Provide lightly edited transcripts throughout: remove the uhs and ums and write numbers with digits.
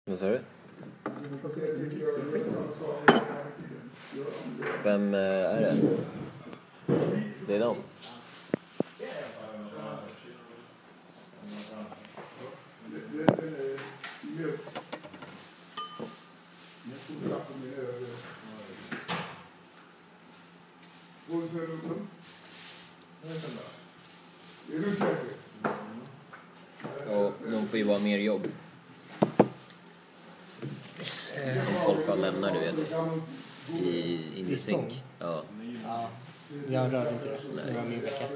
Vad sa du? Vem är det? Det är dem. Och de får ju vara mer jobb. Folk bara lämnar, du vet, in i synk. Ja. Ja, jag rörde inte det. Det var min vecka.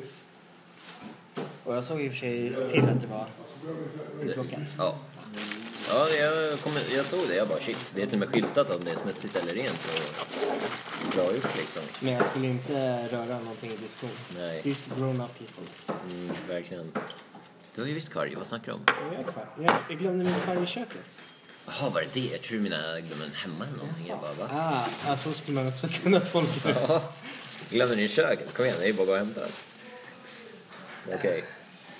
Och jag såg i och för sig till att det var utplockat. Ja. Ja, jag såg det. Jag bara shit. Det är till och med skyltat om det är smutsigt eller rent. Och bra ut liksom. Men jag skulle inte röra någonting i diskon. Nej. This grown up people. Verkligen. Du har ju visst karg. Vad snackar du om? Jag glömde min karg i köket. Jaha, var det det? Jag tror mina glömde hemma eller någonting. Jag bara, va? Så skulle man också kunna tolka det. Ja. Glömde ni i köket? Kom igen, det är bara att gå och hämta. Okej.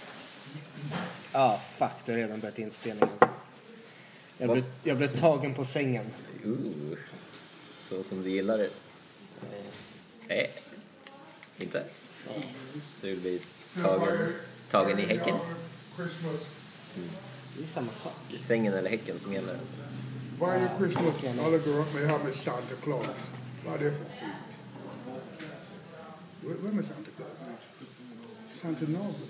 Fuck, det har redan börjat inspelningen. Jag blev tagen på sängen. Så som du gillar det. Nej. Inte? Du blir tagen i häcken. Det är samma sak. Sängen eller häcken som gäller alltså. Varje Christmas alla går upp med här med Santa Claus. Vad är det för skit? Vem är Santa Claus? Santa Nagel.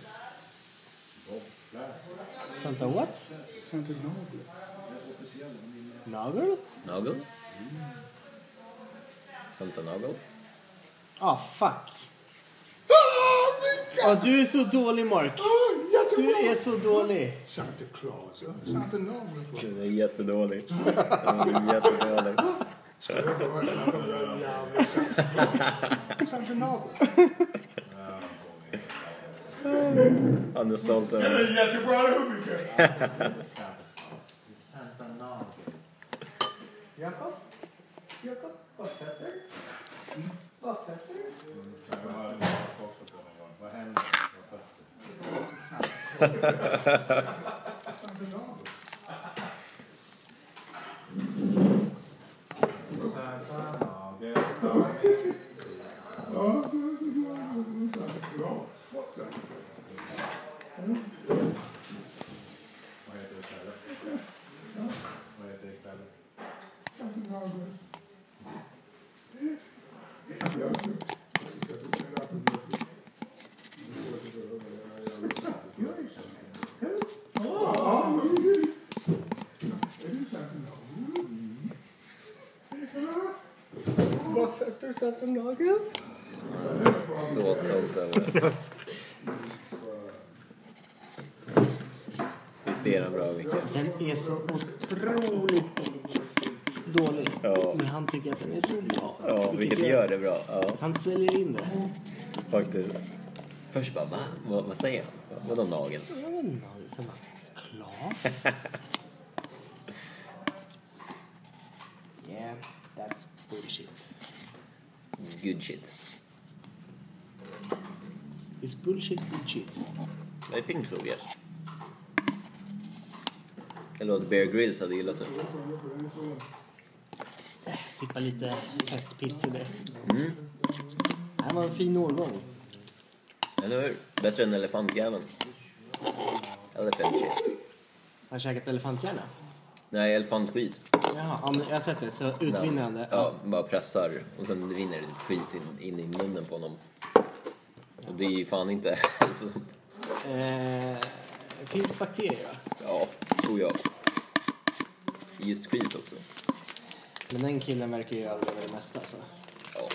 Santa what? Santa Nagel. Nagel? Nagel? Santa Nagel? Fuck. Du är så dålig, Mark. Du är så dålig. Santa Claus. Santa Nagel. Du är jättedålig. Du är jättedålig. Santa Nagel. Han är stolt över Det är jättebra det hur Santa Nagel. Jakob, vad sätter du? Vad sätter du? Vad händer? Vad sätter du Santa Nagel? så stolt över. Visst är den bra, Micke? Den är så otroligt dålig. Ja. Men han tycker att den är så bra. Ja, vilket gör det bra. Ja, Han säljer in det. faktiskt. Först bara, va? Vad säger han? Vadå nagel? Jag vet inte, som bara, Klas? Yeah, that's bullshit. Good shit. Is bullshit good shit? I think so, yes. Eller att Bear Grylls hade gillat det. Sippa lite hästpiss till det. Det var en fin årgång. Eller hur? Bättre än elefantjäveln. Elephant shit. Har du käkat elefanthjärna? Nej, elefantskit. Jaha, ja, men jag har sett det. Så utvinnande. Ja, bara pressar. Och sen rinner det skit in i munnen på honom. Och det är ju fan inte hälsosamt. Finns bakterier, va? Ja, tror jag. Just skit också. Men den killen verkar ju överleva det mesta, alltså. Ja.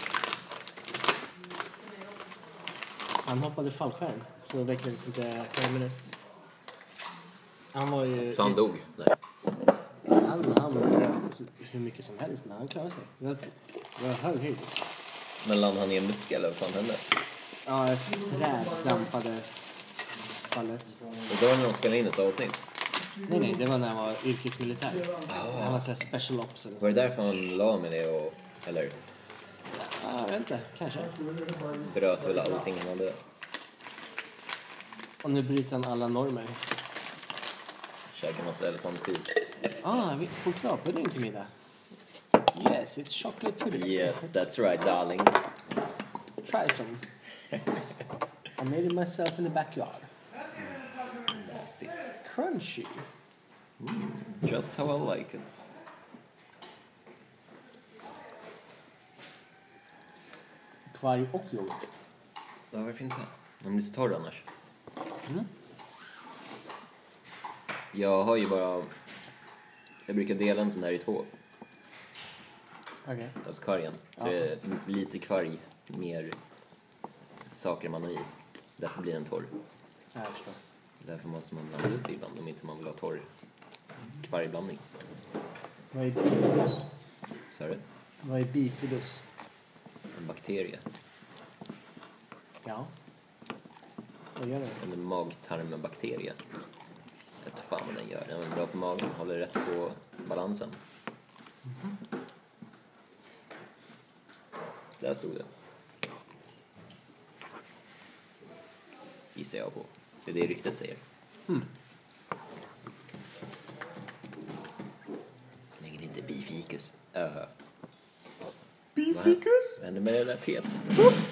Han hoppade fallskärm, så väcktes inte på en minut. Han var ju... Så han dog? Nej. Han bröt hur mycket som helst, men han klarade sig. Det var hög höjd. Men landade han i en buske eller vad fan hände? Ja, ett träd dampade fallet. Och då när de spelade in ett avsnitt. Nej, det var när han var yrkesmilitär. Han var så här special ops. Eller så. Var det därför han la med det och... Eller Ja, jag vet inte. Kanske. bröt väl allting han hade? Och nu bryter han alla normer. Käkade massa elefantskit. Chokladpudding till middag. Yes, it's chocolate pudding. Yes, that's right, darling. Try some. I made it myself in the backyard. Nasty. Crunchy. Just how I like it. Kvarg och yoghurt. Ja, vad fint här. Den blir så torr annars. Jag har ju bara... Jag brukar dela en sån här i 2. Okej. Alltså kvargen. Så det är lite kvarg, mer saker man har i. Därför blir den torr. Jag förstår. Därför måste man blanda ut ibland om inte man vill ha torr kvargblandning. Vad är bifidus? Så är det Vad är bifidus? en bakterie. Ja. Vad gör den? En magtarmbakterie. Jag vet inte fan vad den gör. Den är bra för magen. Håller rätt på balansen. Där stod det. Gissar jag på. Det är det ryktet säger. Så länge det inte är bifikus. Bifikus? Vad händer med det där teet?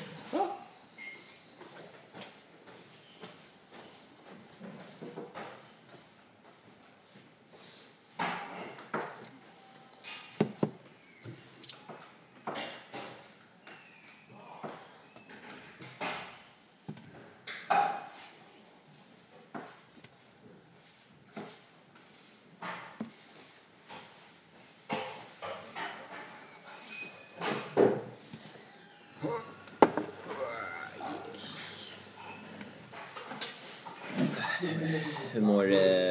Hur mår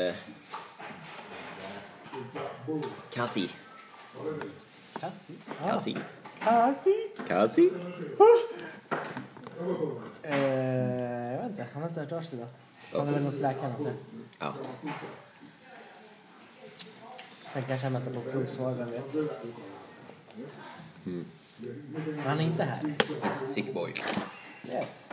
Kassi? Kassi? Kassi? Kassi? Kassi? Jag vet inte. Han har inte hört av sig idag. Han är väl hos läkaren, inte? Ja. Sen kanske han väntar på provsvar, vem vet. Men han är inte här. He's sick boy. Yes.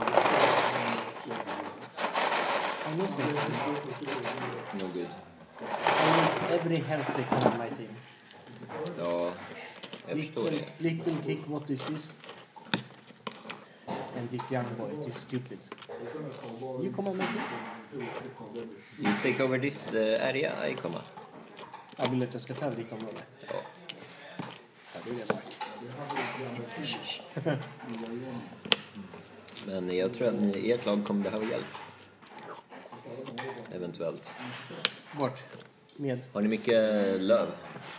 I know some things. No good. I need every healthy thing on my team. Ja, jag förstår det. Little kick, what is this? And this young boy, this stupid. You come on my team. You take over this area, I komma. Jag vill att jag ska ta över ditt område. Ja. Ja, det är det, Mark. Men jag tror att ert lag kommer behöva hjälp. Eventuellt. Bort. Med. Har ni mycket löv?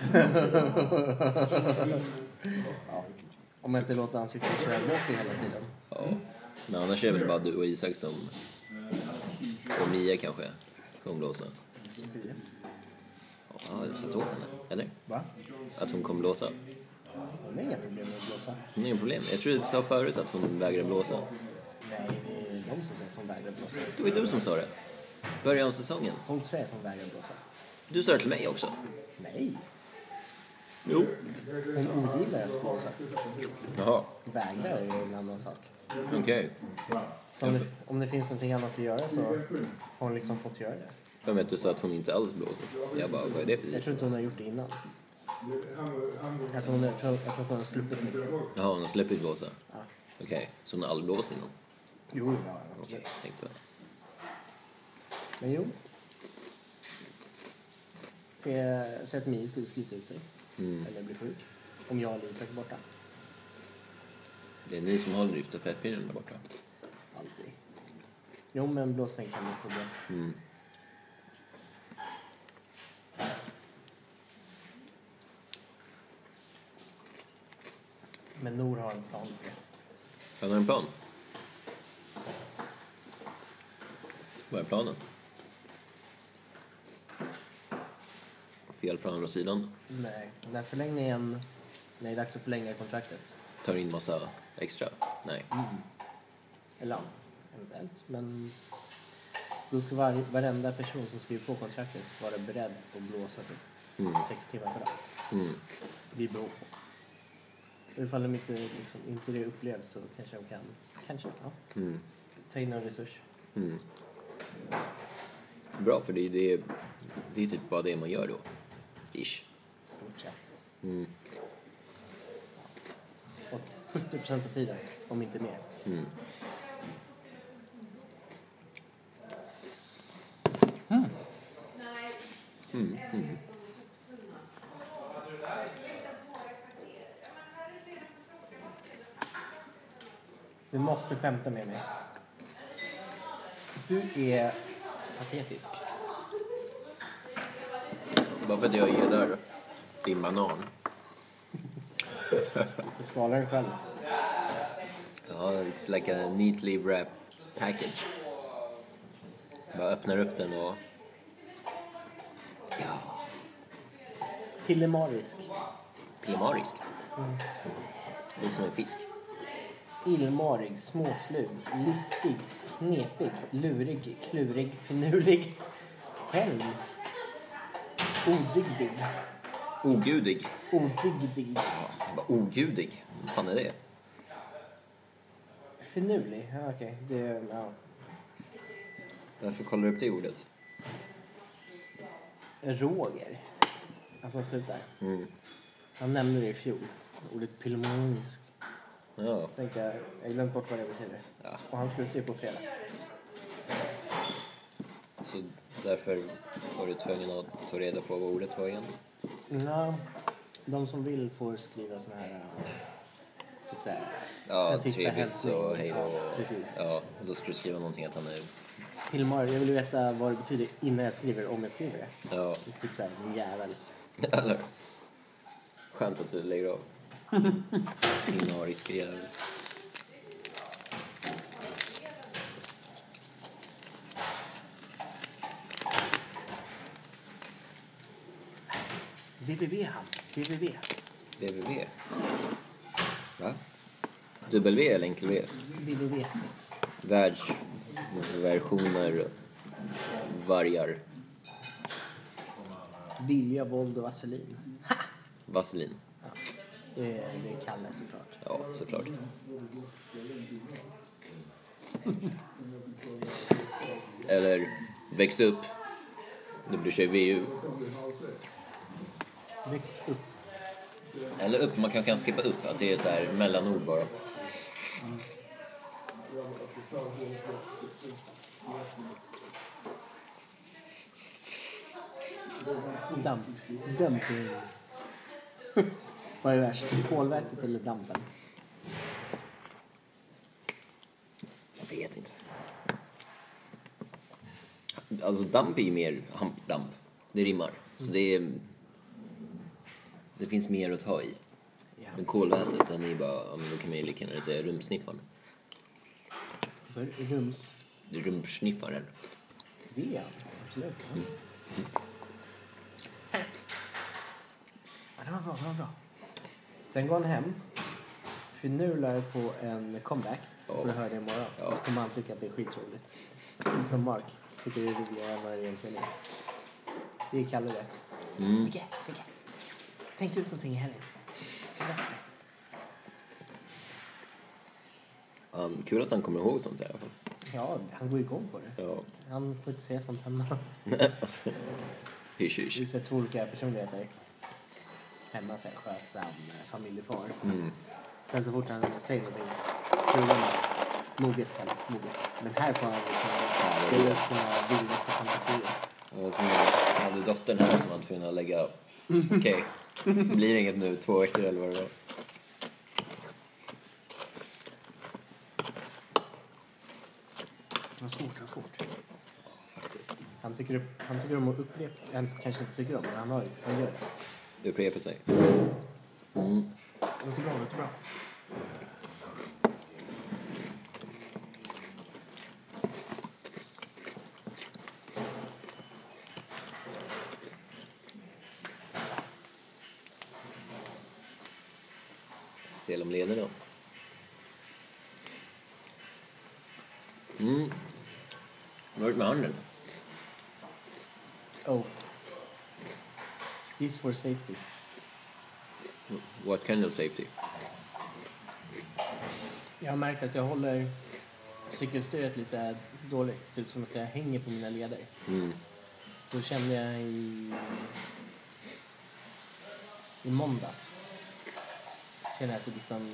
Ja. Om jag inte låter han sitta och köra walker hela tiden. Ja. Men annars är det väl bara du och Isak som... Och Mia kanske kommer blåsa. Sofia. Ja, du satt åt henne, eller? Va? Att hon kommer blåsa. Hon har inga problem med att blåsa. Hon har inga problem. Jag tror du sa förut att hon vägrar blåsa. Nej, det är de som säger att hon vägrar blåsa. Det var ju du som sa det. Början av säsongen. Folk säger att hon vägrar blåsa. Du sa det till mig också. Nej. Jo. Hon ogillar att blåsa. Jaha, Vägrar är ju en annan sak. okej. Så om det finns någonting annat att göra så har hon liksom fått göra det. Jag vet, du sa att hon inte alls blåser. Jag bara, vad är det för Jag liv? tror inte hon har gjort det innan. Alltså jag tror att hon har sluppit mycket. Jaha, hon har släppt blåsa. Ja. Okej, så hon har aldrig blåst innan? Jo, ja, Okej, tänkte väl. Men jo. Se att Mie skulle slita ut sig. Eller bli sjuk. Om jag och Isak är borta. Det är ni som håller i stafettpinnen där borta. Alltid. Jo, men blåsning kan bli ett problem. Mm. Men Nor har en plan för det. Han har en plan. Vad är planen? Fel från andra sidan. Nej, när förlängningen... När det är dags att förlänga kontraktet. Tar in massa extra? Nej. Eller ja, eventuellt. Men då ska varenda person som skriver på kontraktet vara beredd på att blåsa typ 6 timmar per dag. Vid behov. Och ifall de inte det upplevs så kanske de kan ta in en resurs. bra, för det är typ bara det man gör då. Ish. Stort sett. Mm. Och 70% av tiden, om inte mer. Mm. Mm. Mm. Du måste skämta med mig. Du är patetisk. Bara för att jag gillar din banan. Du skalar den själv. Ja, it's like a neatly wrapped package. Bara öppnar upp den och... Ja. Pillemarisk. Pillemarisk. Det är som en fisk. Illmarig, småslug, listig, knepig, lurig, klurig, finurlig, skälmsk, odygdig, Ogudig. odygdig, Jag bara, ogudig. Vad fan är det? finurlig. Ja, okej. Det, ja. Varför kollar du upp det ordet? Roger. Alltså sluta. Mm. Han nämnde det i fjol. Ordet pillemarisk. Ja. Jag glömde bort vad det betyder. Ja. Och han slutar ju på fredag. Så därför var du tvungen att ta reda på vad ordet var igen. Ja, de som vill får skriva såna här... Typ såhär... Ja, en sista trevligt hälsning. och hej då. Ja, precis. Ja, och då ska du skriva någonting att han är... Pillemar, jag vill veta vad det betyder innan jag skriver, om jag skriver det. Ja, Typ såhär, en jävel. eller... Skönt att du lägger av. Pillemarisk jävel. www. www. Va? W eller enkel V? www. Världsversioner vargar. Vilja, våld och vaselin. Ha! Vaselin. Ja, det är Kalle såklart. Ja, såklart. Eller väx upp. Det blir sig VU. Väx upp. Eller upp, man kan skippa upp. Att det är så här mellanord bara. Dumping. Vad är värst? Kolvätet eller dampen? Jag vet inte. Alltså damp är ju mer hampdamp. Det rimmar. Så det finns mer att ta i. Ja. Men kolvätet, den är bara... Ja, men då kan man ju lika gärna säga rumsniffaren. Så är det rums. Det är rumsniffaren. Det är han. Absolut. Ja. Ja, det var bra. Sen går han hem. Finular på en comeback. Så får du höra det imorgon. Ja. Så kommer han tycka att det är skitroligt. Lite som Mark. Tycker det är roligare än vad det egentligen är. Det är Kalle det. Micke. Tänk ut någonting i helgen. Ska jag berätta det? Kul att han kommer ihåg sånt i alla fall. Ja, han går igång på det. Ja. Han får inte se sånt hemma. Hysch, hysch. Vi ser två olika personligheter. Hemma så här skötsam familjefar. Sen så fort han säger någonting. Frugan moget Kalle, moget. Men här får han liksom spela upp sina vildaste fantasier. Ja, som jag hade dottern här som var tvungen att lägga... Okej, blir det inget nu, 2 veckor eller vad det var. Det var svårt. Faktiskt. Han tycker om att upprepa sig. Han kanske inte tycker om det, men han gör det. Upprepa sig. Låter bra. Stel om lederna. Vad med handen? Oh. This for safety. What kind of safety? Jag har märkt att jag håller cykelstyret lite dåligt. Typ som att jag hänger på mina leder. så kände jag i måndags. Känner jag att det liksom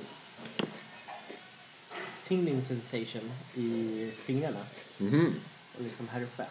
tingling sensation i fingrarna. Och liksom här uppe.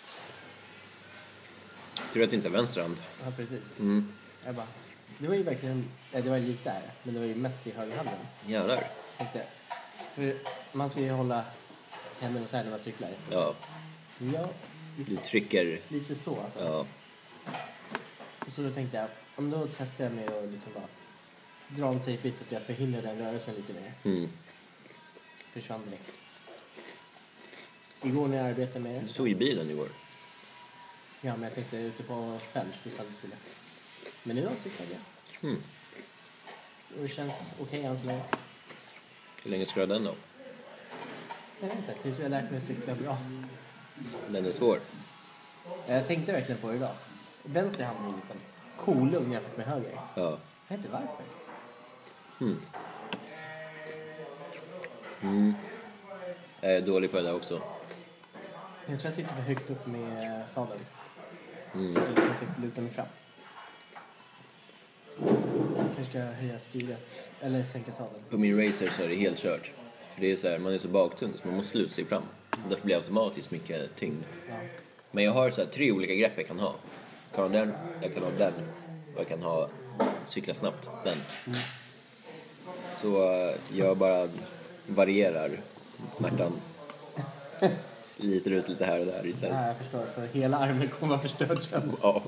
Tror att det inte är vänster hand? Ja, precis. Jag bara, det var ju verkligen, det var lite här, men det var ju mest i högerhanden. Jävlar. Tänkte, för man ska ju hålla händerna så här när man cyklar. Ja. Ja, Du trycker. lite så alltså. Ja. Och så då tänkte jag, om då testar jag med att liksom bara dra en tejpbit så att jag förhindrar den rörelsen lite mer. Försvann direkt. Igår när jag arbetade med... Du såg i bilen igår. Ja, men jag tänkte ute på fält ifall det skulle. Men idag cyklade jag. Och det känns okej än så länge. Hur länge ska du ha den då? Jag vet inte, tills jag lärt mig cykla bra. Den är svår. Jag tänkte verkligen på det idag. Vänster hand är liksom kolugn jämfört med höger. Ja. Jag vet inte varför. Jag är dålig på det där också. Jag tror jag sitter för högt upp med sadeln. Så att jag liksom typ lutar mig fram. Kanske ska höja styret. Eller sänka sadeln. På min racer så är det helt kört. För det är så här, man är så baktung så man måste sluta sig fram. Därför blir det automatiskt mycket tyngd. Ja. Men jag har så här 3 olika grepp jag kan ha. Jag kan ha den, jag kan ha den och jag kan ha cykla snabbt, den. Så jag bara varierar smärtan. Sliter ut lite här och där istället. Ja, jag förstår. Så hela armen kommer vara förstörd sen. Ja.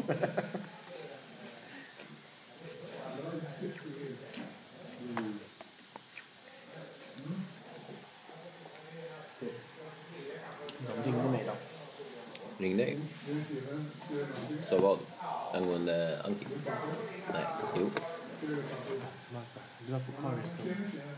De ringde mig då. Ring dig. Så vad? Angående Anki? Nej, jo. Du var på Carlstone.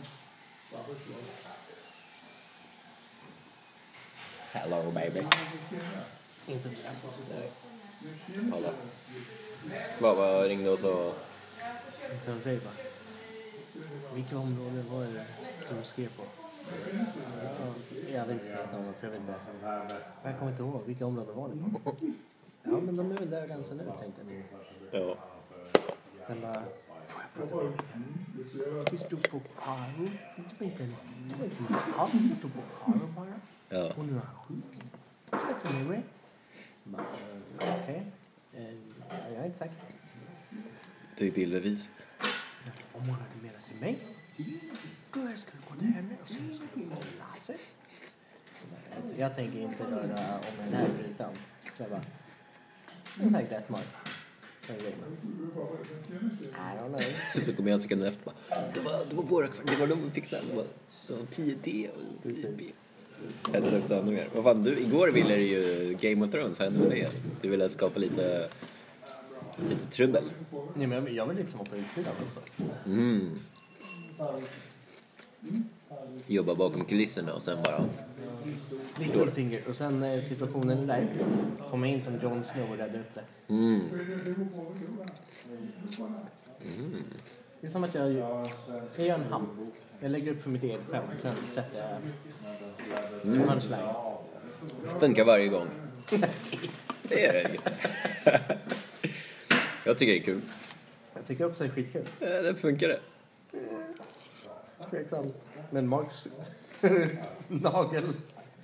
Hello baby. Inte bäst. Nej. Alla. Vad ringde och så? Så Ray bara, vilka områden var det som du skrev på? Ja, jag vill inte säga att de var, för jag vet inte. Jag kommer inte ihåg, vilka områden var det på? Ja, men de är väl där rensa nu, tänkte jag. Ja. Sen bara, får jag prata med mig? Vi stod på Karo. Det var inte alls, vi stod på Karo bara. Ja. Och nu är han sjuk. Släppte med mig. Bara, okej. Jag är inte säker. Typ bildbevis. Om hon hade menat till mig, då jag skulle gå till henne och sen skulle gå till Lasse. Jag tänker inte röra om den här grytan. Så jag bara, det är säkert rätt mark. Sen är det I don't know. Så kommer jag sekunder efter bara, det var våra kvar, det var de vi fixade. Det var 10D och 10B. Hets upp ännu mer. Vad fan, igår ville du ju Game of Thrones, vad hände med det? Du ville skapa lite trubbel. Nej, men jag vill liksom vara på utsidan också. Jobba bakom kulisserna och sen bara... Littlefinger. Och sen är situationen där. Komma in som Jon Snow och rädda upp det. Det är som att jag gör en hamn. Jag lägger upp för mitt eget skämt. Sen sätter jag punchline. Funkar varje gång. Det är det. Jag tycker det är kul. Jag tycker också det är skitkul. Det funkar det. Tveksamt. Men Marks nagel.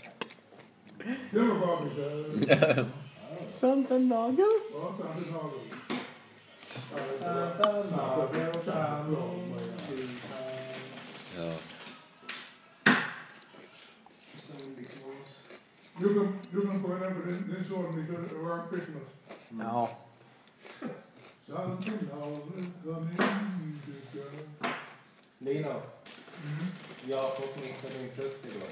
Santa nagel? Ja. You can put it in this one because around Christmas. Ja. Lino, jag har fått missa din prutt igår.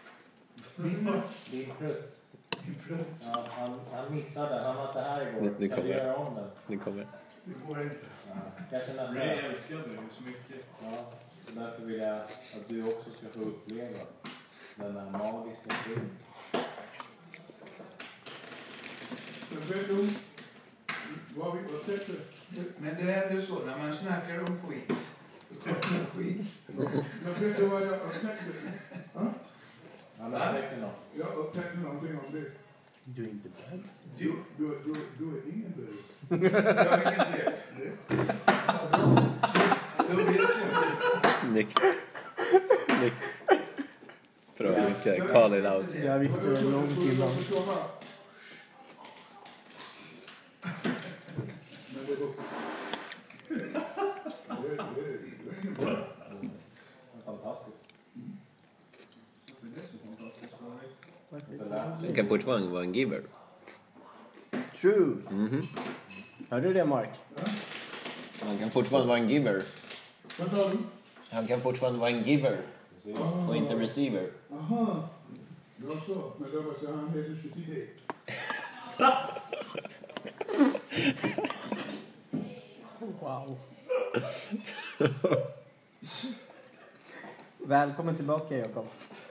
Din prutt? Ja, han missade. Han var inte här igår. Nu Kan du göra om den? Nu kommer. Det går inte. Ja. Jag känner så Jag här. älskar dig så mycket. Ja, så därför vill jag att du också ska få uppleva den här magiska stunden. Men det är ju så, när man snackar om skit, då kommer skit. Men vet du vad jag upptäckte? Ja, men säkert något. Jag upptäckte någonting om det. Du är inte beredd. Du är ingen bög. Jag är inte det. Då vet jag. Snyggt. Snyggt. Bra, mycket. Call it out. Jag visste det långt innan. Fantastiskt. Den kan fortfarande vara en giver. True. Hörde du det, Mark? Han kan fortfarande vara en giver. Vad sa du? Han kan fortfarande vara en giver. Och inte receiver. Aha. Jag så, men då var så han heter 23. Wow. Välkommen tillbaka, Jakob.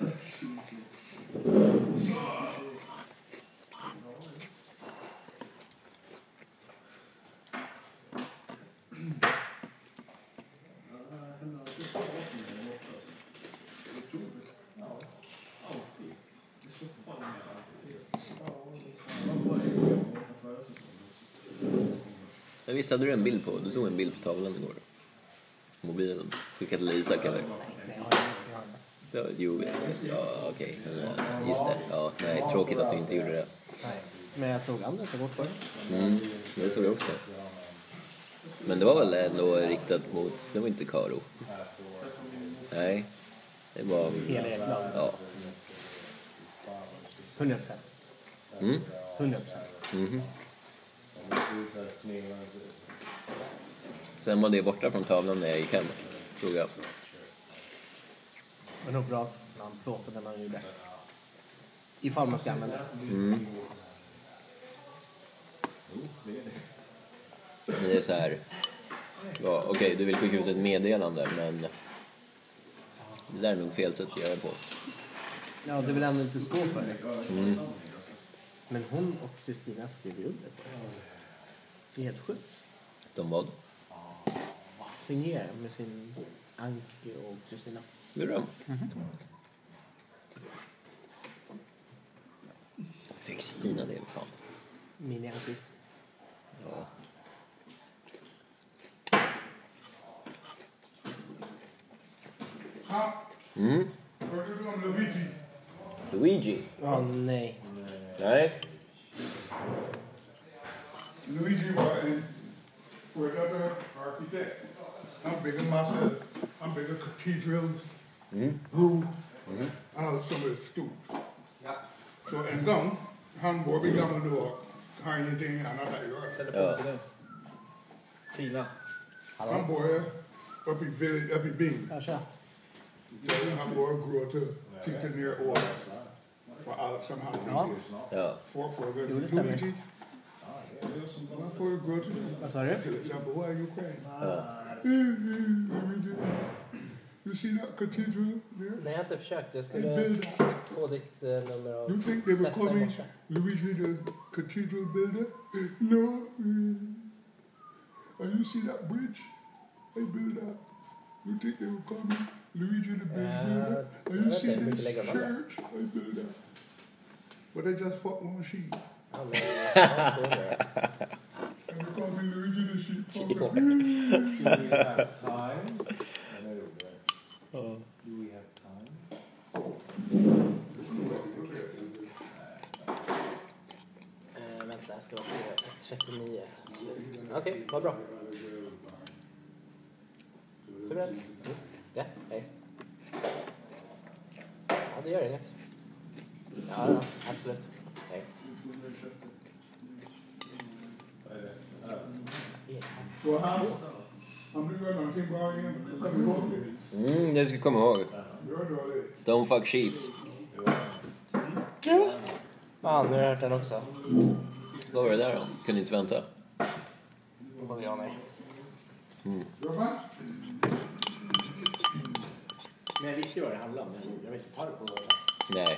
Jag visste hade du en bild på. Du tog en bild på tavlan igår. Mobilen. Skickade till Isak eller? Ja, jo, ja, okej. Just det. Ja, nej, tråkigt att du inte gjorde det. Nej. Men jag såg andra ta bort på det. Det såg jag också. Men det var väl ändå riktat mot... Det var inte Karo. Nej. Det var... Hela Ekblad. Ja. 100%. 100%. Sen var det borta från tavlan när jag gick hem, tror jag. Det var nog bra när han plåtade när han gjorde. Ifall man ska använda det. Men det är så här... Ja, okej, du vill skicka ut ett meddelande, men... Det där är nog fel sätt att göra det på. Ja, det vill ändå inte stå för det. Men hon och Kristina skrev under på det. Det är helt sjukt. De vad? Signerar med sin Anki och Kristina. Det är de. För Kristina, det är fan. Min Anki. Ja. Vad tror du om Luigi? Luigi? Nej. Nej. Luigi var en före arkitekt. Han byggde massor. Han byggde cathedrals. Bro. Allt som är stort. Så en gång, han bor vid Gamla New York. Har ingenting annat att göra. Ja. Tina. Han bor uppe i byn. Ja, tja. Han bor och går till titta ner år. På allt som han bygger. Ja. Fråga Jo, det stämmer. Luigi. Varför går till Vad sa du? till exempel, why are you crying? You see that cathedral there? Nej, jag har inte försökt. Jag They skulle build. få ditt nummer av You think they would Stessa call i me morse. Luigi the cathedral builder? No. And you see that bridge? I built that. You think they would call me Luigi the bridge builder? And you jag see vet inte hur this mycket lägger man där. church? I built that. But I just fucked one sheep. Ja, men jag tror det. And they call me Luigi the sheep fucker. Do we have time? Do we have time? Vänta, jag ska bara skriva 39. Okej, vad bra. Suveränt. Ja, hej. Ja, det gör inget. Ja, absolut. Hej. Så han brukar göra någonting bra igen. Kom ihåg det. Det ska jag komma ihåg. Gör dåligt. Don't fuck sheets. Ja, nu har jag hört den också. Vad var det där då? Kunde inte vänta. Vad jag nej. Jobba. Men jag visste ju vad det handlade om. Men jag vet inte ta det på något fest. Nej.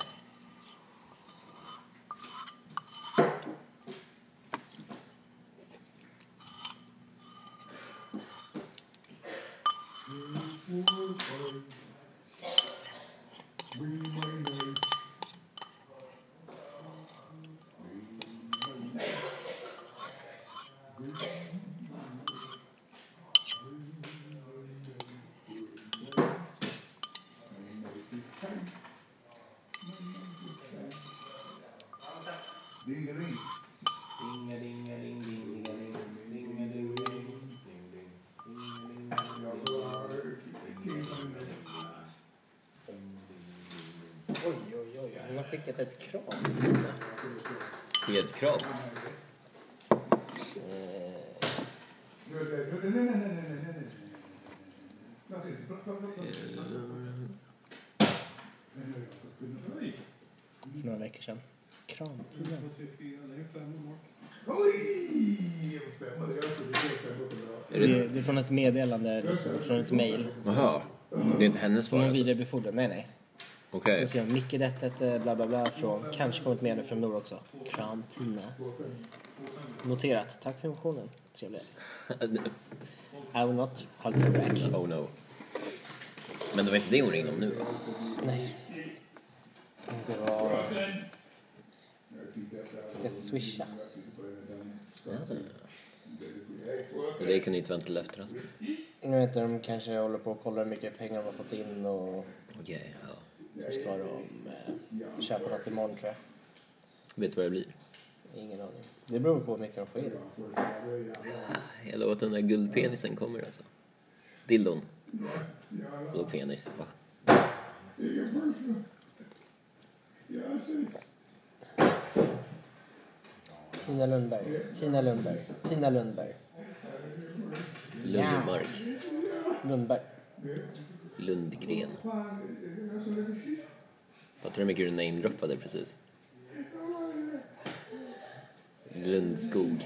skickat ett krav. Helt krav. För några veckor sedan. Kramtiden. Det är från ett meddelande, liksom, från ett mejl. Jaha, det är inte hennes Som svar är alltså. vidarebefordrad. Nej. Okej. Sen skrev Micke rättet bla bla bla från, kanske kommit med från Nor också. Kram Tina. Noterat. Tack för informationen. Trevligt. I will not hug you back. Oh no. Men det var inte det hon ringde om nu va? Nej. Det var... Ska jag swisha? Och det kunde inte vänta till efter alltså. Jag vet inte, de kanske håller på och kollar hur mycket pengar de har fått in och Okej, ja. så ska de köpa något imorgon tror jag. Vet du vad det blir? Ingen aning. Det beror på hur mycket de får in. Jag lovar att den där guldpenisen kommer alltså. Dildon. Vadå penis? Va? Tina Lundberg. Lundmark. Lundberg. Lundgren. Fattar du hur mycket du namedroppade precis? Lundskog.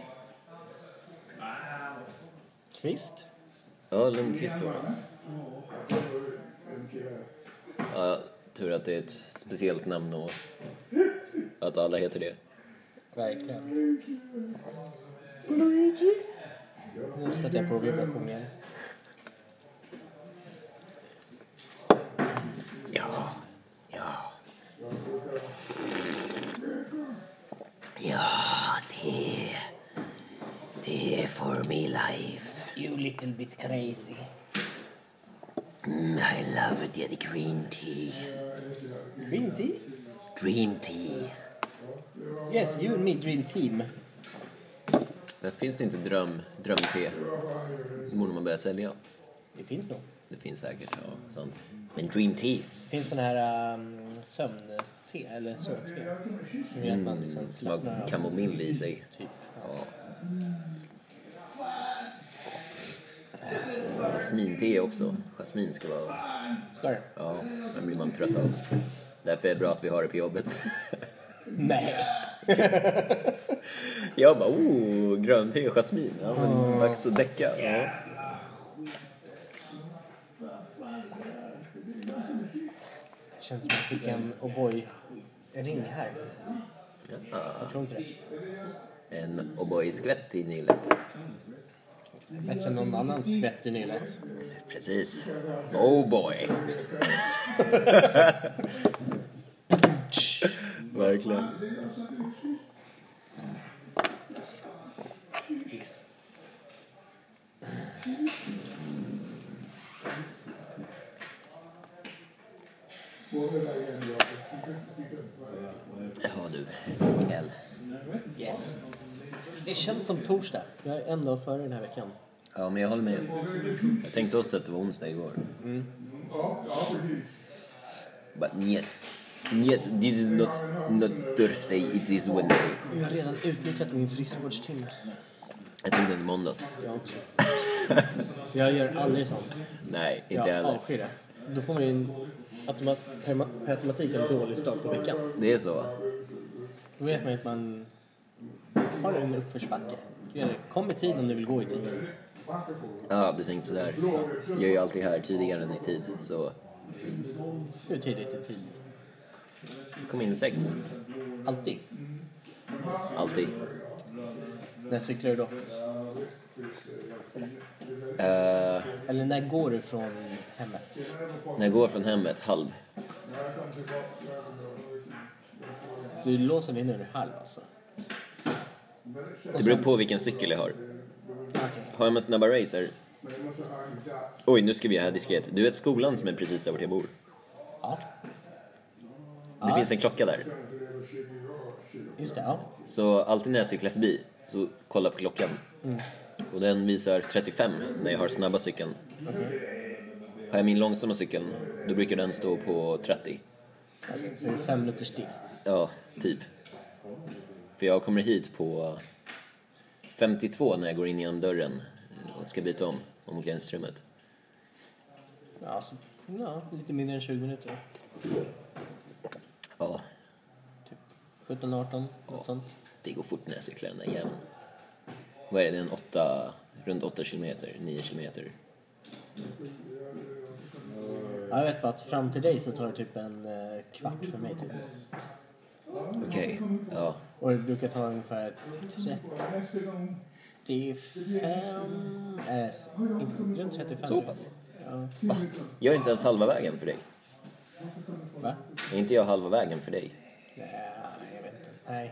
Kvist. Ja, Lundqvist var det. Ja, tur att det är ett speciellt namn och att alla heter det. Verkligen. Luigi. Nu sätter jag på vibration igen. Ja. Ja, det är for me life. You little bit crazy. I love the green tea. Dream tea? Dream tea. Yes, you and me dream team. Det finns det inte drömte. Det borde man börja sälja. Det finns nog. Det finns säkert, ja, sant. Men dream tea. Det finns sån här sömnte eller sovte. Som gör att man liksom Som har slappnar av. kamomill i sig. Typ. Ja. Jasminte också. Jasmin ska vara... Ska det? Ja, den blir man trött av. Därför är det bra att vi har det på jobbet. Nej. Jag bara, grönt te och jasmin. Ja, men dags att däcka. Ja. Känns som att jag fick en O'boy-ring här. Ja. Jag tror inte det. En O'boy-skvätt i nyllet. Bättre än någon annan svett i nyllet. Precis. Oh boy. Verkligen. Ja du, Mikael. Yes. Det känns som torsdag. Jag är en dag före den här veckan. Ja, men jag håller med. Jag tänkte också att det var onsdag igår. But niet, this is not Thursday, it is Wednesday. Jag har redan utnyttjat min friskvårdstimme. Jag tog den i måndags. Jag också. Jag gör aldrig sånt. Nej, inte Jag heller. avskyr det. Då får man ju per automatik en dålig start på veckan. Det är så. Då vet man att man har en uppförsbacke. Kom i tid om du vill gå i tid. Ja, du tänkte sådär. Jag är ju alltid här tidigare än i tid. Så Hur tidigt i tid? kom in 6. Alltid. Alltid. När cyklar du då? Eller när går du från hemmet? När jag går från hemmet, 12:30. Du låser dig nu halv alltså. Det beror på vilken cykel jag har. Okej. Har jag med snabba racer? Oj, nu ska vi här diskret. Du vet skolan som är precis där vart jag bor? Ja. Det finns en klocka där. Just det, ja. Så alltid när jag cyklar förbi så kollar på klockan. Och den visar 35 när jag har snabba cykeln. Har jag min långsamma cykeln, då brukar den stå på 30. Så det är 5 minuters tid. Ja, typ. För jag kommer hit på 52 när jag går in genom dörren och ska byta om omklädningsrummet. Ja, lite mindre än 20 minuter. Ja, 17-18, något sånt. det går fort när jag cyklar den där jäveln. Vad är det? Runt 8 kilometer, 9 kilometer. Ja, jag vet bara att fram till dig så tar det typ en kvart för mig typ. Okej, ja. Och det brukar ta ungefär 35... runt 35. Så pass? Ja. Va? Jag är inte ens halva vägen för dig. Va? Är inte jag halva vägen för dig? Nej, jag vet inte. Nej.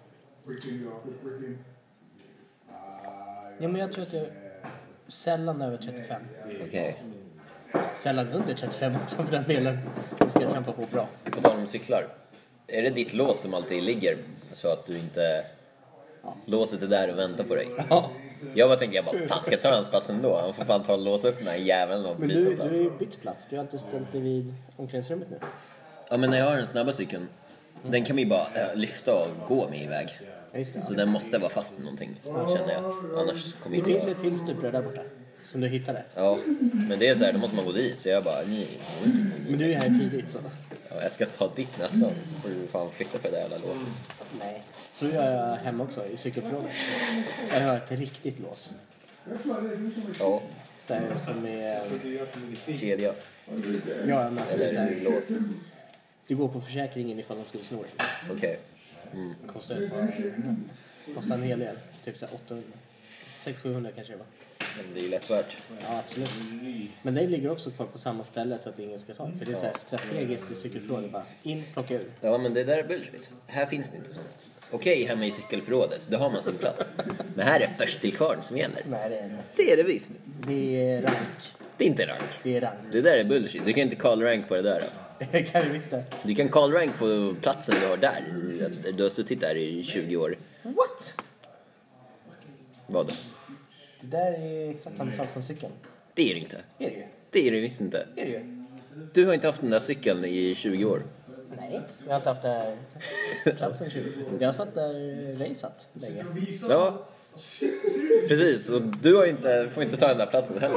Ja, men jag tror att jag sällan över 35. Okej. Sällan under 35 också för den delen. Det ska jag trampa på bra. På tal om cyklar. Är det ditt lås som alltid ligger så att du inte... Låset är där och väntar på dig? Ja. Jag bara, fan ska jag ta hans plats ändå? Han får fan ta och låsa upp den här jäveln och Men byta du plats. har ju bytt plats. Du har alltid ställt dig vid omklädningsrummet nu. Ja, men när jag har den snabba cykeln, den kan vi bara lyfta och gå med iväg. Ja, just det. Så den måste vara fast i någonting, känner jag. Annars kommer Det inte... finns ju ett till stuprör där borta. Som du hittade. Ja, men det är så här, då måste man gå dit. Så jag bara, nej. Men du är här tidigt så. Ja, jag ska ta ditt nästan, så får du fan flytta på det där jävla låset. Nej. Så gör jag hemma också i cykelförrådet. Jag har ett riktigt lås. Ja, Så här, som är... kedja. Ja, men alltså, det är så Eller här, lås. du går på försäkringen ifall de skulle sno dig. Okej. Kostar en hel del. Typ så här 800. 600-700 kanske det var. Men det är ju lätt värt. Ja, absolut. Men det ligger också kvar på samma ställe så att ingen ska ta det. För det är så här strategiskt i cykelförrådet. Bara in, plocka ur. Ja, men det där är bullshit. Här finns det inte sånt. Okej, hemma i cykelförrådet, då har man sin plats. Men här är först till kvarn som gäller. Nej, det är inte. Det är det visst. Det är rank. Det är inte rank. Det är rank. Det där är bullshit. Du kan inte call rank på det där. Då. Det kan du visst det. Du kan call rank på platsen du har där. Du har suttit där i 20 år. What? Vad då? Det där är exakt samma sak som cykeln. Det är det inte. Är det ju? Det är det visst inte. Är det ju? Du har inte haft den där cykeln i 20 år. Nej, jag har inte haft det här platsen 20. Jag har satt där raceat länge. Ja, precis. Och du har inte, får inte ta den där platsen heller.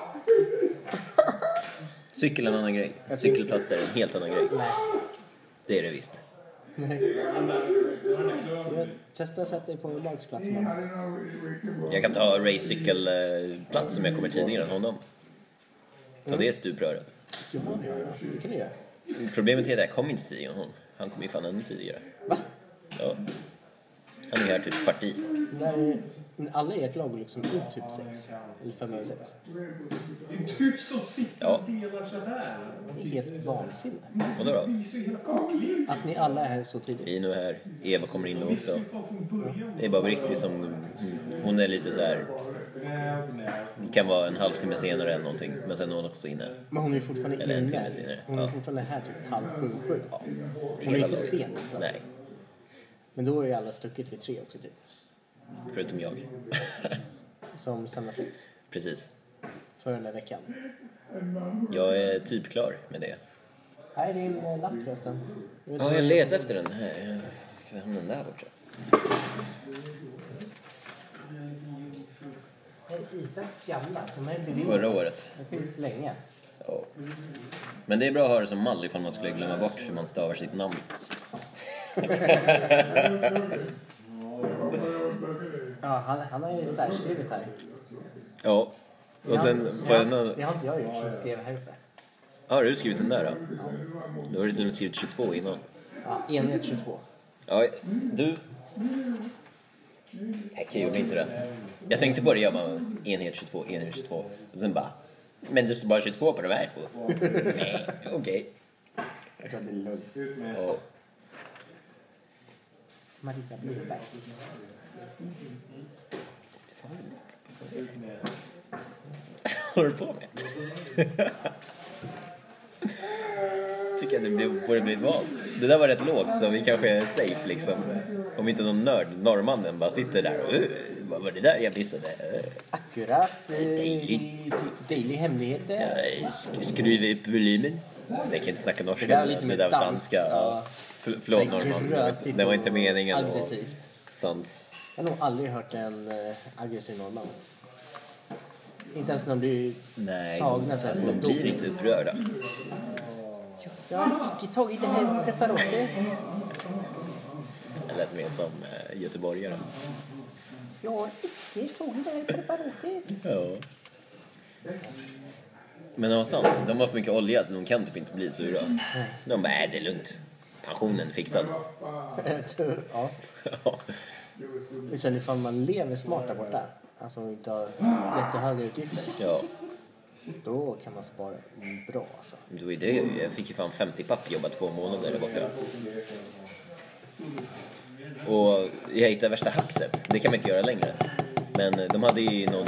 Cykel är en annan grej. Cykelplatser är en helt annan grej. Nej. Det är det visst. Nej. Jag testar att sätta dig på Marks plats. Jag kan ta racecykelplats som jag kommer tidigare än honom. Ta det stupröret. Ja, det kan du göra. Problemet är att jag kom inte tidigare än honom. Han kom ju fan ännu tidigare. Va? Ja. Han är här typ kvart i. När alla i ert lag går liksom ut typ 6. Eller 5 över 6. Det är du som sitter Ja. och delar så här. Det är helt vansinne. Vadå då? Det är så hela kockligt. Att ni alla är här så tidigt. Vi är nu här. Eva kommer in nu Vi ska också. ju få från början. Det är bara riktigt som... Hon är lite så här. Det kan vara en halvtimme senare än någonting. Men sen är hon också inne. Men hon är ju fortfarande Eller en inne. timme senare. Hon är Ja. fortfarande här typ 6:30. Ja. Hon är Hela inte laget. sen liksom. Nej, Men då är ju alla stuckit vid 3 också typ. förutom jag. Som Sanna Flex. Precis. För den där veckan. Jag är typ klar med det. Här är din lapp förresten. Ja, jag letar efter den här. Jag hamnade den där borta. Isaks gamla. De här är Förra året. De kan vi slänga. Ja. Men det är bra att ha det som mall ifall man skulle glömma bort hur man stavar sitt namn. Ja, han har ju särskrivit här. Ja. Och sen på den här... Det har inte jag gjort som skrev här uppe. Ja, har du skrivit den där då? Då har du till och med skrivit 22 innan. Ja, enhet 22. Ja, du... Jag gjorde inte det. Jag tänkte på det, jag bara, enhet 22, enhet 22. Och sen bara, men det står bara 22 på de här två. Nej, okej. Jag tror att det är lugnt. Ja. Maria Blomberg. Vad håller du på med? Tycker jag det borde bli valt. Det där var rätt lågt, så vi kanske är safe liksom. Om inte någon nörd, norrmannen, bara sitter där och vad var det där jag missade? Akkurat. Daily. Hemligheter. Skriv upp volymen. Jag kan inte snacka norska. Det där är lite mer var danskt. danska. Ja. Förlåt Norman. Grötigt Det var inte och meningen. aggressivt. Sant. Jag har nog aldrig hört en aggressiv norrman. Inte ens när de blir Nej, sagna så här. de blir inte upprörda. Jag har icke tagit det här preparatet. Det lät mer som göteborgare. Jag har icke tagit det här preparatet. Ja. Men det var sant. De har för mycket olja så de kan typ inte bli sura. De bara, det är lugnt. Pensionen är fixad. Ja. Ja. Men sen ifall man lever smart där borta, alltså inte har jättehöga utgifter, Ja. då kan man spara bra alltså. Då är det, jag fick ju fan 50 papp, jobba 2 månader där borta. Och jag hittade värsta hackset. Det kan man inte göra längre. Men de hade ju någon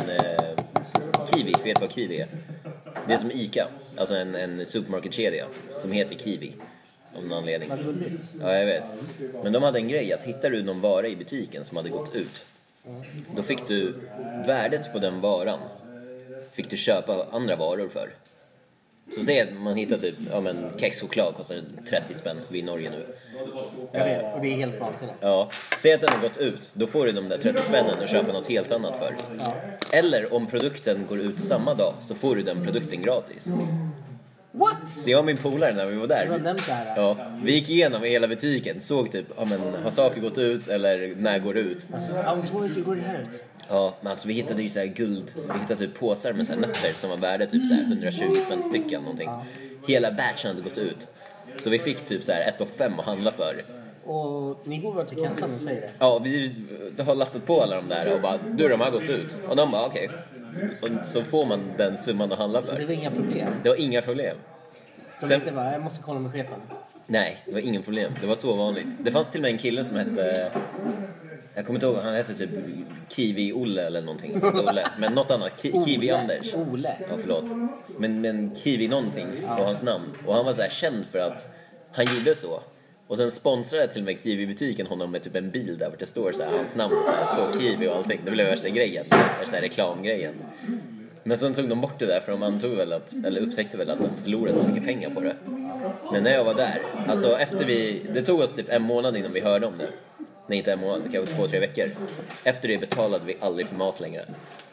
Kiwi, vet vad Kiwi är? Det är som Ica, alltså en supermarketkedja som heter Kiwi. Av någon anledning. Vad gulligt. Ja, jag vet. Men de hade en grej att hittar du någon vara i butiken som hade gått ut, då fick du värdet på den varan. Fick du köpa andra varor för. Så säg att man hittar typ, ja men kexchoklad kostar 30 spänn vid Norge nu. Jag vet, och det är helt vansinnigt. Ja, säg att den har gått ut, då får du de där 30 spännen och köpa något helt annat för. Ja. Eller om produkten går ut samma dag så får du den produkten gratis. What? Så jag och min polare när vi var där, Du har nämnt det här. ja, vi gick igenom hela butiken, såg typ, ja men har saker gått ut eller när går det ut? Ja, om 2 veckor går den här ut. Ja, men alltså vi hittade ju så här guld, vi hittade typ påsar med så här nötter som var värde typ så här 120 spänn stycken någonting. Hela batchen hade gått ut. Så vi fick typ så här 1,5 att handla för. Och ni går bara till kassan och säger det. Ja, vi har lastat på alla de där och bara, du de har gått ut. Och de bara, okej. Och så får man den summan att handla Så det för. var inga problem. Det var inga problem. De Sen- inte bara, jag måste kolla med chefen. Nej, det var ingen problem. Det var så vanligt. Det fanns till och med en kille som hette, jag kommer inte ihåg, han hette typ Kiwi-Olle eller någonting. Inte Olle, men något annat. Kiwi-Anders. Ole. Ja, förlåt. Men Kiwi någonting var hans namn. Och han var så här känd för att han gjorde så. Och sen sponsrade till och med Kiwi-butiken honom med typ en bil där det står så här, hans namn och så här, står Kiwi och allting. Det blev värsta grejen. Värsta reklamgrejen. Men sen tog de bort det där för de antog väl att, eller upptäckte väl att de förlorade så mycket pengar på det. Men när jag var där, alltså efter det tog oss typ 1 månad innan vi hörde om det. Nej, inte 1 månad, det kanske 2-3 veckor. Efter det betalade vi aldrig för mat längre.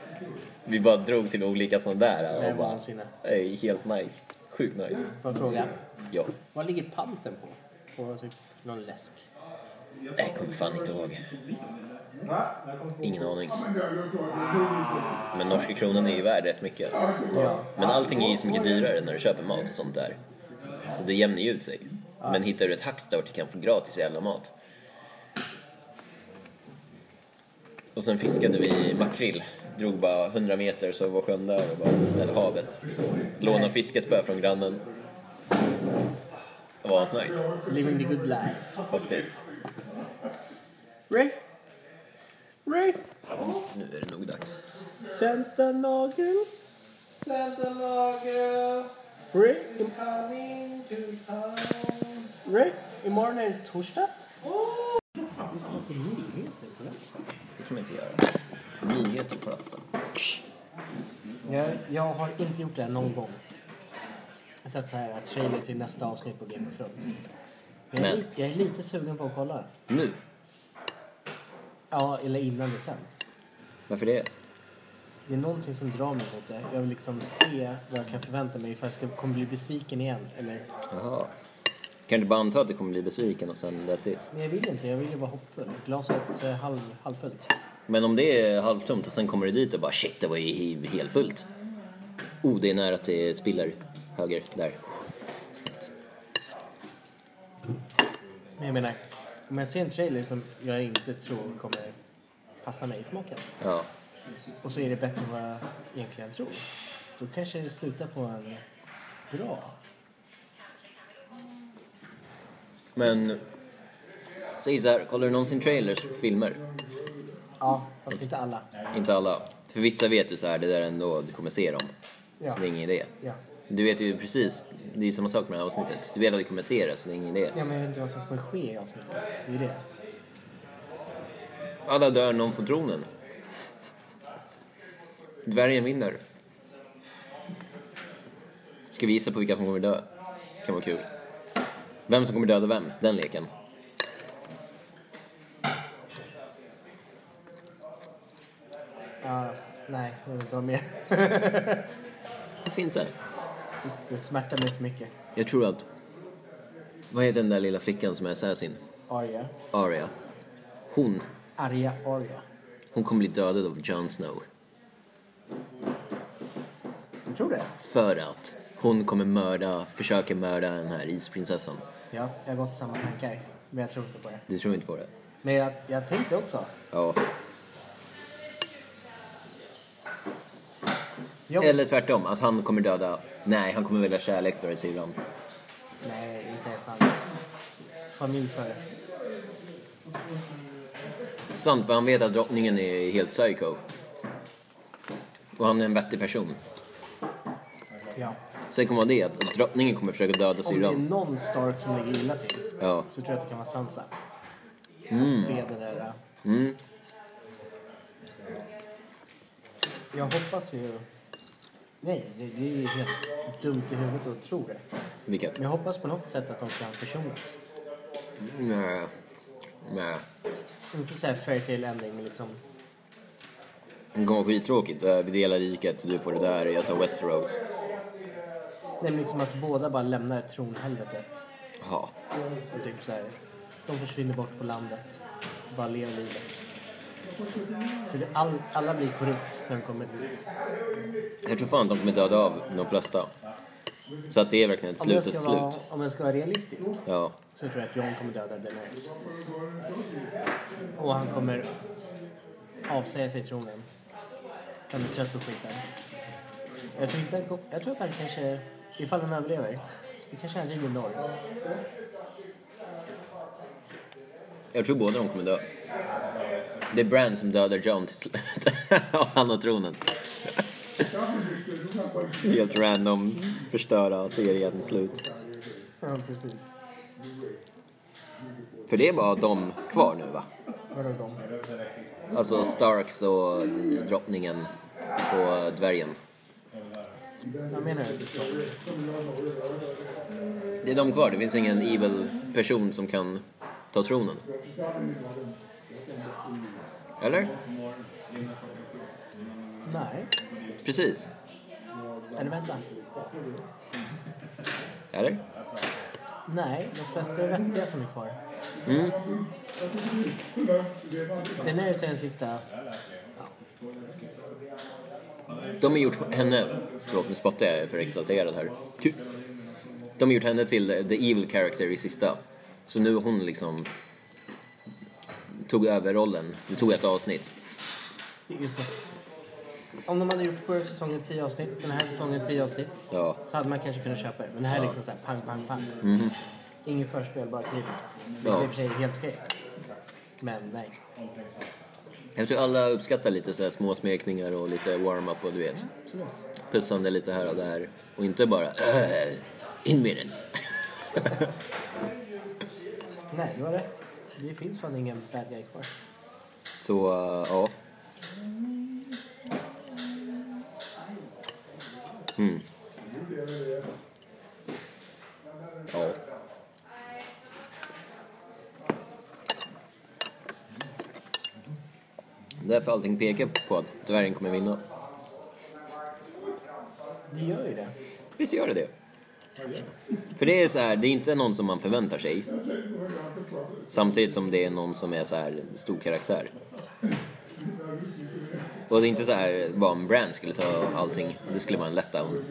Vi bara drog till olika sådana där. Det är Och bara, vansinne. helt nice. Sjukt nice. Får jag fråga? Ja, Vad ligger panten på? På typ någon läsk? jag kommer fan inte ihåg. Ingen aning. Men norska kronan är ju värd rätt mycket. Men allting är ju så mycket dyrare när du köper mat och sånt där. Så det jämnar ju ut sig. Men hittar du ett hacks där du kan få gratis jävla mat. Och sen fiskade vi makrill. Drog bara 100 meter så var sjön där och bara, eller havet. Lånade fiskespö från grannen. Det var nice Living the good life. faktiskt. Ray? Nu är det nog dags. Centernagel? Ray? Ray? Imorgon är det torsdag? Lyssna på nyheter på rasten. Det kan man inte göra. Nyheter på rasten. Jag har inte gjort det här någon gång. Jag har sett så här trailer till nästa avsnitt på Game of Thrones. Men jag är lite sugen på att kolla. Nu? Ja, eller innan det sänds. Varför det? Det är någonting som drar mig mot det. Jag vill liksom se vad jag kan förvänta mig ifall jag kommer bli besviken igen. Eller... Jaha. Kan du bara anta att du kommer bli besviken och sen that's it? Men jag vill inte, jag vill ju vara hoppfull. Glaset halvfullt. Men om det är halvtomt och sen kommer du dit och bara shit, det var ju helt fullt. Det är nära att det spiller höger där. Snyggt. Men jag menar, om jag ser en trailer som jag inte tror kommer passa mig i smaken. Ja. Och så är det bättre än vad jag egentligen tror. Då kanske det slutar på en bra. Men säg så här, kollar du någonsin trailers för filmer? Ja, fast inte alla. Inte alla. För vissa vet du så här, det där ändå du kommer se dem. Ja. Så det är ingen idé. Ja. Du vet ju precis, det är ju samma sak med det här avsnittet. Du vet att du kommer se det, så det är ingen idé. Ja, men jag vet inte vad som kommer ske i avsnittet. Det är det. Alla dör, någon får tronen. Dvärgen vinner. Ska vi gissa på vilka som kommer dö? Kan vara kul. Vem som kommer döda vem? Den leken. Nej, jag vill inte vara med. Varför inte? Det smärtar mig för mycket. Jag tror att... Vad heter den där lilla flickan som är assassin? Arya. Arya. Hon kommer bli dödad av Jon Snow. Jag tror det. För att hon kommer försöka mörda den här isprinsessan. Ja, jag har gått samma tankar. Men jag tror inte på det. Du tror inte på det? Men jag tänkte också. Ja. Jag... Eller tvärtom, att han kommer döda... Nej, han kommer välja kärlek för syrran. Nej, inte en chans. Familj före. Sant, för han vet att drottningen är helt psycho. Och han är en vettig person. Ja. Sen kommer det att drottningen kommer försöka döda Om det är syrran. någon Stark som ligger illa till, Ja. så tror jag att det kan vara Sansa. Som spreder det där. Mm. Jag hoppas ju... Nej, det är ju helt dumt i huvudet att tro det. Vilket? Men jag hoppas på något sätt att de kan försonas. Nej. Inte så här fairy tale ending, men liksom... Det kommer vara skittråkigt. Vi delar riket, du får det där, jag tar Westeros. Nej, men liksom att båda bara lämnar tronhelvetet. Jaha. Och typ så här, de försvinner bort på landet. Bara lever livet. För alla blir korrupt när de kommer dit. Jag tror fan att de kommer döda av de flesta. Så att det är verkligen ett slutet slut. Om jag ska vara realistisk, Ja. så tror jag att Jon kommer döda Daenerys. Och han kommer avsäga sig tronen. Han är trött på skiten. Jag tror att han kanske, ifall han överlever, det kanske han ringer norr. Jag tror båda de kommer dö. Det är Bran som dödar Jon till slut. Och han har tronen. Helt random förstöra serien slut. Ja, precis. För det är bara de kvar nu, va? Vadå de? Alltså Starks och drottningen och dvärgen. Vad menar du? Det är de kvar. Det finns ingen evil person som kan ta tronen. Eller? Nej. Precis. Eller vänta. Eller? Nej, de flesta är vettiga som är kvar. Mm. Daenerys är den sista. Ja. De har gjort henne... Förlåt, nu spottar jag för exalterad här. De har gjort henne till the evil character i sista. Så nu hon liksom... tog över rollen. Det tog ett avsnitt. Det är så. Om de hade gjort förra säsongen 10 avsnitt, den här säsongen 10 avsnitt, Ja. så hade man kanske kunnat köpa det. Men det här är liksom så här pang, pang, pang. Mhm. Ingen förspel, bara klimax. Det Ja. är i och för sig helt okej. Men nej. Jag tror alla uppskattar lite så här små smekningar och lite warm-up och du vet. Absolut. Pussande lite här och där. Och inte bara... in med den. Nej, du har rätt. Det finns fan ingen bad guy kvar. Så, ja. Mm. Ja. Därför allting pekar på att dvärgen kommer vinna. Det gör ju det. Visst gör det. För det är så här, det är inte någon som man förväntar sig. Samtidigt som det är någon som är så här stor karaktär. Och det är inte så här vad en Bran skulle ta allting. Det skulle vara en letdown.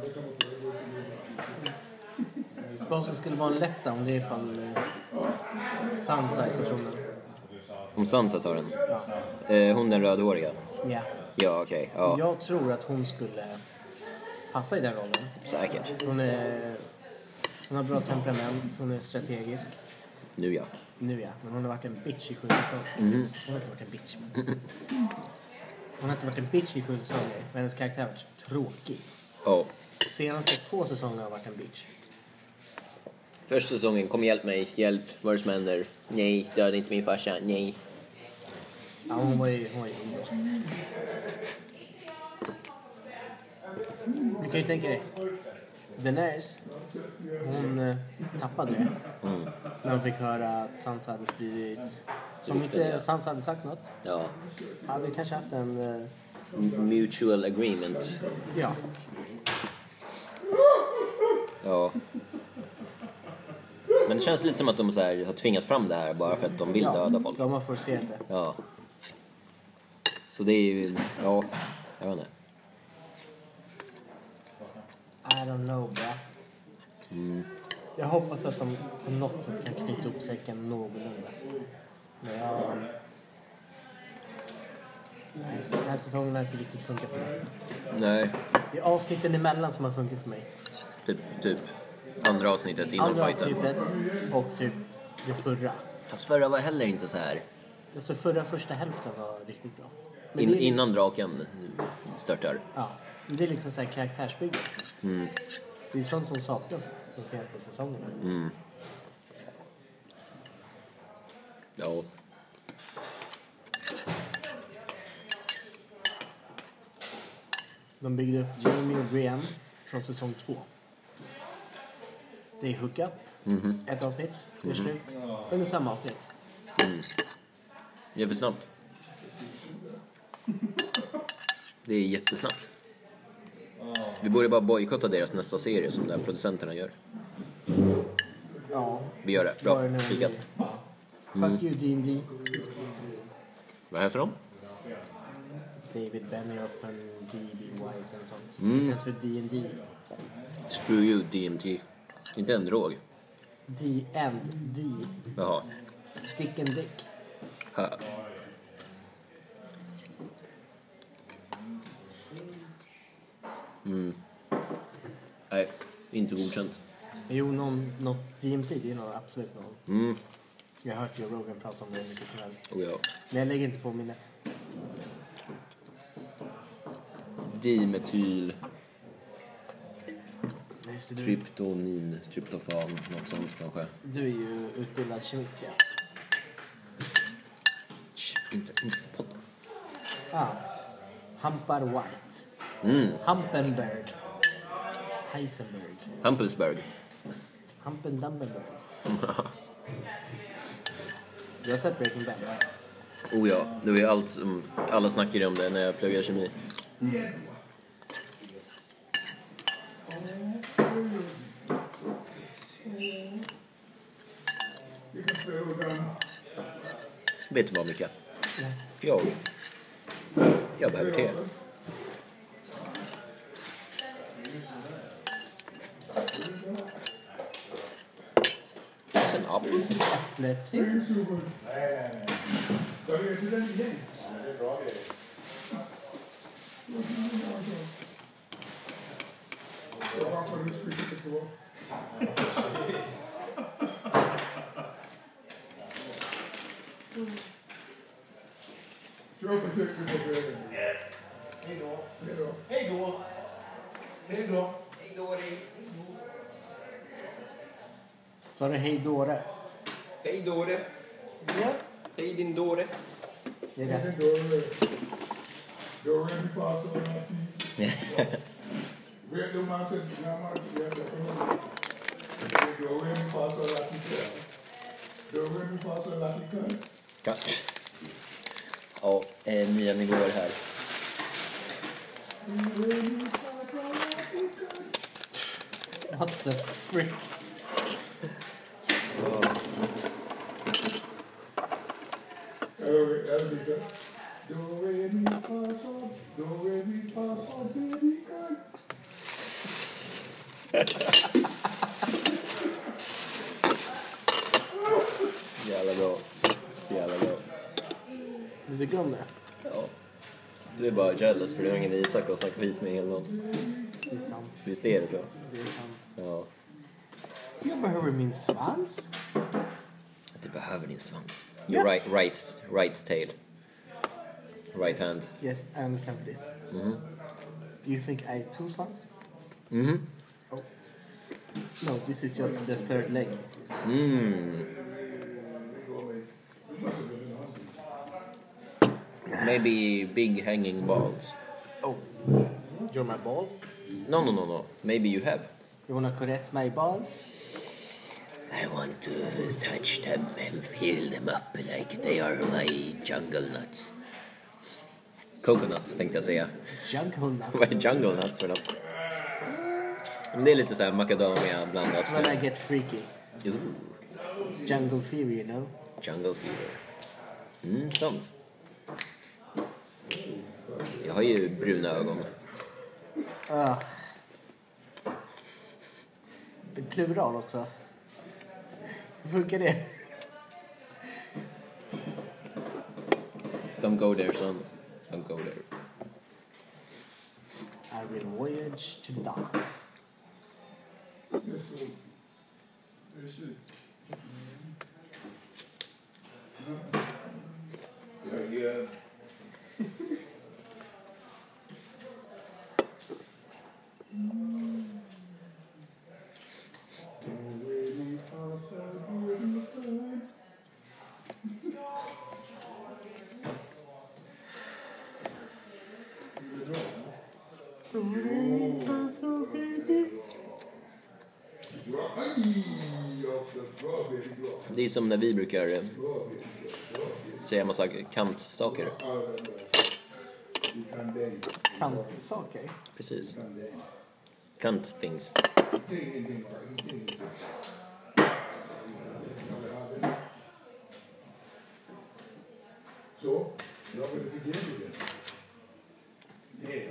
Vad som skulle vara en letdown, det är ifall Sansa är på tronen. Om Sansa tar den. Ja. Hon den rödhåriga. Ja. Ja, okej. Ja, Jag tror att hon skulle passa i den rollen. säkert. Hon har bra temperament, hon är strategisk. Nu ja. Nu ja, men hon har varit en bitch i 7 säsonger. Hon har inte varit en bitch, men... Hon har inte varit en bitch i 7 säsonger, men hennes karaktär har varit tråkig. Ja. Senaste 2 säsonger har varit en bitch. Första säsongen, kom hjälp mig, hjälp, vad är det som händer? Nej, döda inte min farsa, nej. Ja, hon var ju bra. Du kan ju tänka dig. Daenerys, hon tappade det. När hon fick höra att Sansa hade spridit... Som inte Sansa hade sagt något. Ja. Hade kanske haft en... Mutual agreement. Ja. Ja. Men det känns lite som att de så här har tvingat fram det här bara för att de vill döda folk. De har forcerat det. Ja. Så det är ju... Ja, jag vet inte. I don't know, bra. Jag hoppas att de på något sätt kan knyta upp säcken någorlunda. Men nej, den här säsongen har inte riktigt funkat för mig. Nej, Det är avsnitten emellan som har funkat för mig. typ andra avsnittet innan Andra fighten. avsnittet och typ det förra. Fast förra var heller inte så här. Alltså första hälften var riktigt bra. Men det är, Innan draken störtar. ja, det är liksom så här karaktärsbygge. Det är sånt som saknas de senaste säsongerna. Ja. De byggde upp Jamie och Brienne från säsong 2. Det är hook up. Ett avsnitt. Det är slut. Under samma avsnitt. Jävligt snabbt. Det är jättesnabbt. Vi borde bara bojkotta deras nästa serie som där producenterna gör. Ja. Vi gör det. Var det Bra. nu? Spikat. Fuck you D&D. Vad heter de? David Benioff och D.B. Wise och sånt. Det kallas för D&D. Screw you, DMT. Inte en drog. D&D. Jaha. Dick and Dick. Ha. Nej, inte godkänt. Jo, något DMT, det är nog absolut någon. Jag har hört Joe Rogan prata om det hur mycket som helst. Oh, ja. Men jag lägger inte på minnet. Dimetyl, Nej, just det, tryptonin, tryptofan, något sånt kanske. du är ju utbildad kemist, ja. Inte för podden. Hampar White. Hampenberg. Heisenberg. Hampusberg. Hampen Dumpenberg. Du har sett Breaking Bad? Oh ja, det var ju allt som alla snackade om det när jag pluggade kemi. Vet du vad, Mika? Jag behöver te. Och sen apfel. Äpplet. Sa du hej Dore? Hej Dore. Ja. Hej din Dore. Det är rätt. Ja, nya nivåer här. What the frick? Jävla bra. Så jävla bra. Du tycker om det? Ja. Du är bara jealous för du har ingen Isak och snackar skit med hela någon. Det är sant. Visst är det så? Det är sant. Ja. Jag behöver min svans. Du behöver din svans. Your right tail. Right hand. Yes, I understand for this. You think I have two swans? Oh. No, this is just the third leg. Maybe big hanging balls. Oh. You're my ball? No. Maybe you have. You wanna caress my balls? I want to touch them and feel them up like they are my jungle nuts. Coconuts tänkte jag säga. Jungle nuts. Vad är jungle nuts för något? Men det är lite så här macadamia blandat That's when I get freaky. Ooh, Jungle fever, you know? jungle fever. Sant. Jag har ju bruna ögon. Det är plural också. Hur funkar det? Don't go there, son. Don't go there. I will voyage to the dock. Yeah. Det är som när vi brukar säga massa kantsaker. Kantsaker? Precis. Kant things. Så, jag vill inte ge dig det.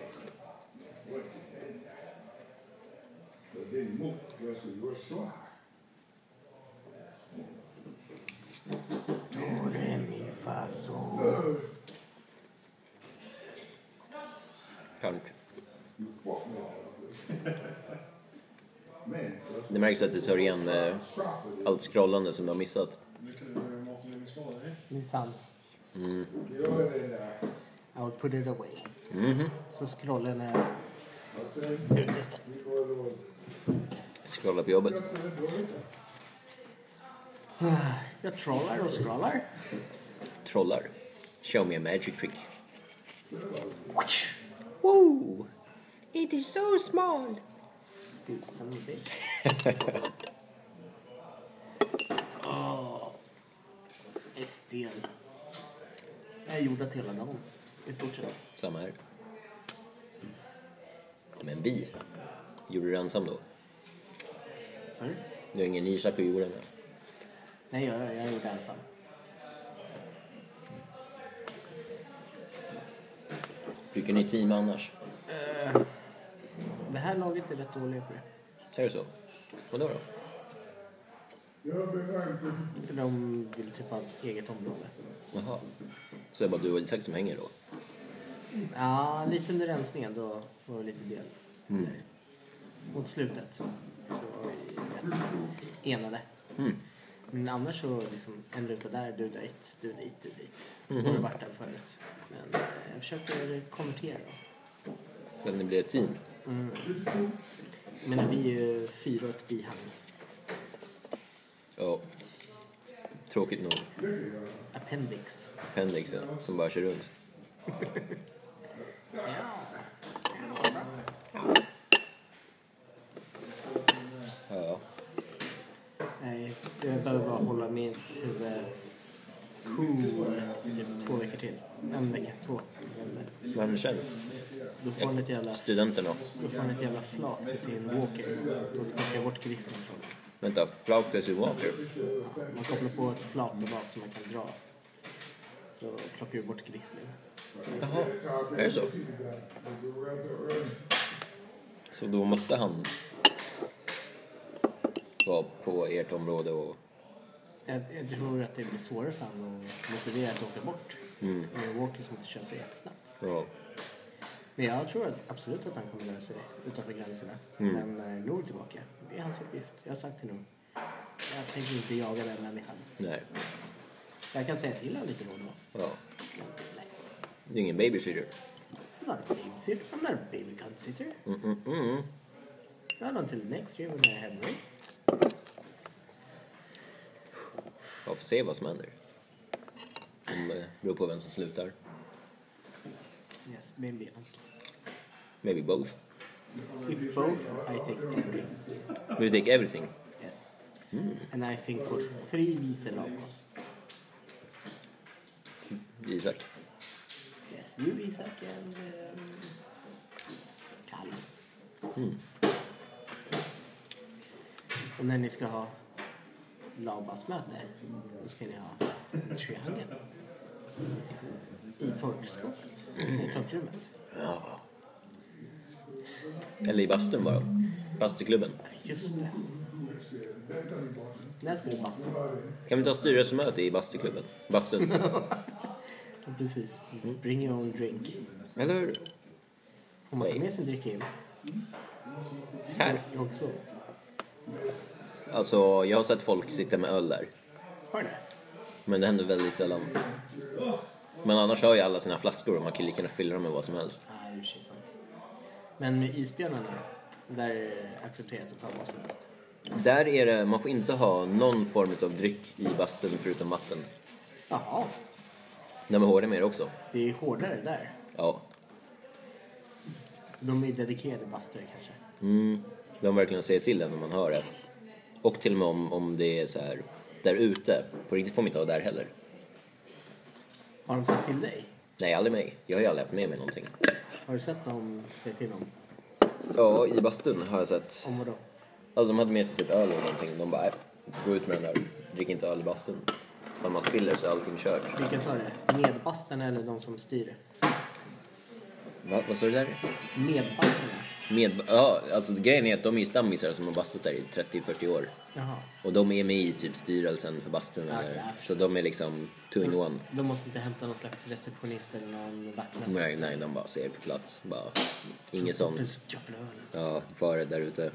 Det är emot, jag ska göra så här. Kant. You fuck me. Men, Det märks att du tar igen allt scrollande som du har missat. Det är sant. gör det där. I would put it away. Så scrollen är utestad. Scrolla på jobbet. Jag trollar och scrollar. Trollar. Show me a magic trick. Woo! It is so small. Du som en bitch. Är stel. Jag är gjord till hela dagen. I stort sett. Samma här. Men vi. Gjorde du ensam då? Sorry? Du har ingen ny sak att göra med. Nej, jag gjorde ensam. Brukar ni teama annars? Det här laget är rätt dåligt på det. Är det så? Vadå då? Jag behöver För de vill typ ha ett eget område. Jaha. Så är det bara du och Isak som hänger då? Ja, lite under rensningen då var det lite del. Mot slutet så var vi rätt enade. Men annars så liksom en ruta där, du dit, du dit, du dit. Så har det varit där förut. Men jag försöker konvertera då. Så att ni blir ett team? Men vi är ju 4 och ett bihang. Ja. Tråkigt nog. Appendix. Appendixen som bara kör runt. Ja. Nej, jag behöver bara hålla mitt huvud cool typ 2 veckor till. En vecka, 2. Men känn. Då får han ett jävla, Studenterna. då får han ett jävla flak till sin walker. Då plockar jag bort grisen från den. Vänta, Flaukes Walker. Ja, man kopplar på ett flak och bak som man kan dra. Så plockar vi bort grisen. Jaha, är det så? Så då måste han vara på ert område och... Jag tror att det blir svårare för honom att motivera att åka bort. Med en walker som inte kör så jättesnabbt. Ja. Men jag tror absolut att han kommer lära sig utanför gränserna. Men nog tillbaka. Det är hans uppgift. Jag har sagt till honom. Jag tänker inte jaga den människan. Nej. Jag kan säga till honom lite då och då. Ja. Men nej. Det är ingen babysitter. I'm not a babysitter. I'm not a baby cunt sitter. Not until next year when I have rain. Jag får se vad som händer. Det beror på vem som slutar. Yes, maybe. Maybe both. If both, I take everything. You take everything? Yes. And I think for 3 vice lagos. Isak? Yes, you, Isak, and Kalle. Och när ni ska ha Labas-möte, då ska ni ha en triangel i torkskåpet, i torkrummet. Ja. Eller i bastun bara. Bastuklubben. Just det. När ska du basta? Kan vi ta styrelsemöte i bastuklubben? Bastun. Ja, precis. Bring your own drink. Eller hur? Om man tar med sin dryck in. Här. Jag också. Alltså, jag har sett folk sitta med öl där. Har du det? Men det händer väldigt sällan. Men annars har ju alla sina flaskor och man kan lika gärna fylla dem med vad som helst. Ja, det är ju sant. Men med isbjörnarna, där är det accepterat att ta vad som helst. Där är det, man får inte ha någon form av dryck i bastun förutom vatten. Jaha, De är hårda med det också. det är hårdare där. Ja. De är dedikerade bastar kanske. De verkligen säger till en när man hör det. Och till och med om det är så här där ute. På riktigt får man inte ha där heller. Har de sagt till dig? Nej, aldrig mig. Jag har ju aldrig haft med mig någonting. Har du sett dem säga till dem? Ja, i bastun har jag sett. Om vad då? Alltså de hade med sig typ öl eller någonting. De bara, gå ut med den där. Drick inte öl i bastun. Om man spiller så är allting kört. Vilka sa det? Medbastarna eller de som styr det? Vad sa du där? Medbastarna? Ja, alltså grejen är att de är ju stammisar som har bastat där i 30-40 år. Jaha. Och de är med i typ styrelsen för bastun. Ja, eller, ja. så de är liksom two in one. De måste inte hämta någon slags receptionist eller någon vaktmästare? Nej, de bara ser på plats. Bara, inget sånt. Jävlar. Ja, före där ute.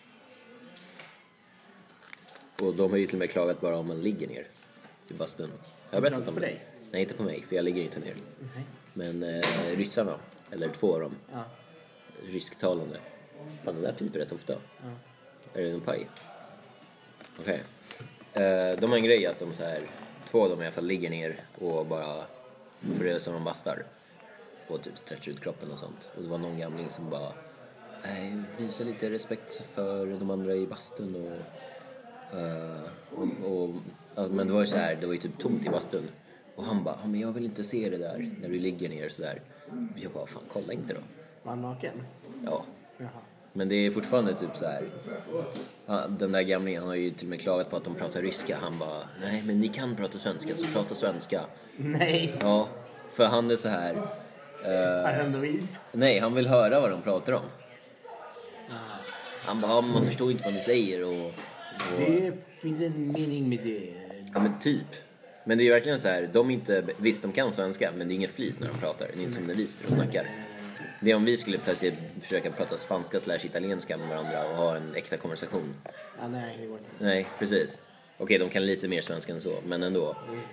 Och de har ju till och med klagat bara om man ligger ner i bastun. Jag har berättat om på det. dig? Nej, inte på mig, för jag ligger inte ner. Nej. Men ryssarna, eller 2 av dem, Ja. rysktalande. Fan, det där piper rätt ofta. Ja. Är det en paj? Okej. De har en grej att de så här, 2 av dem i alla fall ligger ner och bara, för det är som de bastar. Och typ stretchar ut kroppen och sånt. Och det var någon gamling som bara, visa lite respekt för de andra i bastun men det var ju så här, det var ju typ tomt i bastun. Och han bara, men jag vill inte se det där när du ligger ner så där. Jag bara, fan, kolla inte då. Var han naken? Ja. Jaha. Men det är fortfarande typ så här. Den där gamlingen, han har ju till och med klagat på att de pratar ryska. Han bara, nej men ni kan prata svenska, så prata svenska. Nej. Ja, för han är så här. Paranoid. Nej, han vill höra vad de pratar om. Jaha. Han bara, man förstår inte vad ni säger och... Det finns en mening med det. Ja, men typ. Men det är ju verkligen så här, de inte, visst de kan svenska, men det är ingen flyt när de pratar. Det är inte som när vi sitter och snackar. Det är om vi skulle plötsligt försöka prata spanska / italienska med varandra och ha en äkta konversation. Ja, nej, det går inte. Nej, precis. Okej, de kan lite mer svenska än så, men ändå.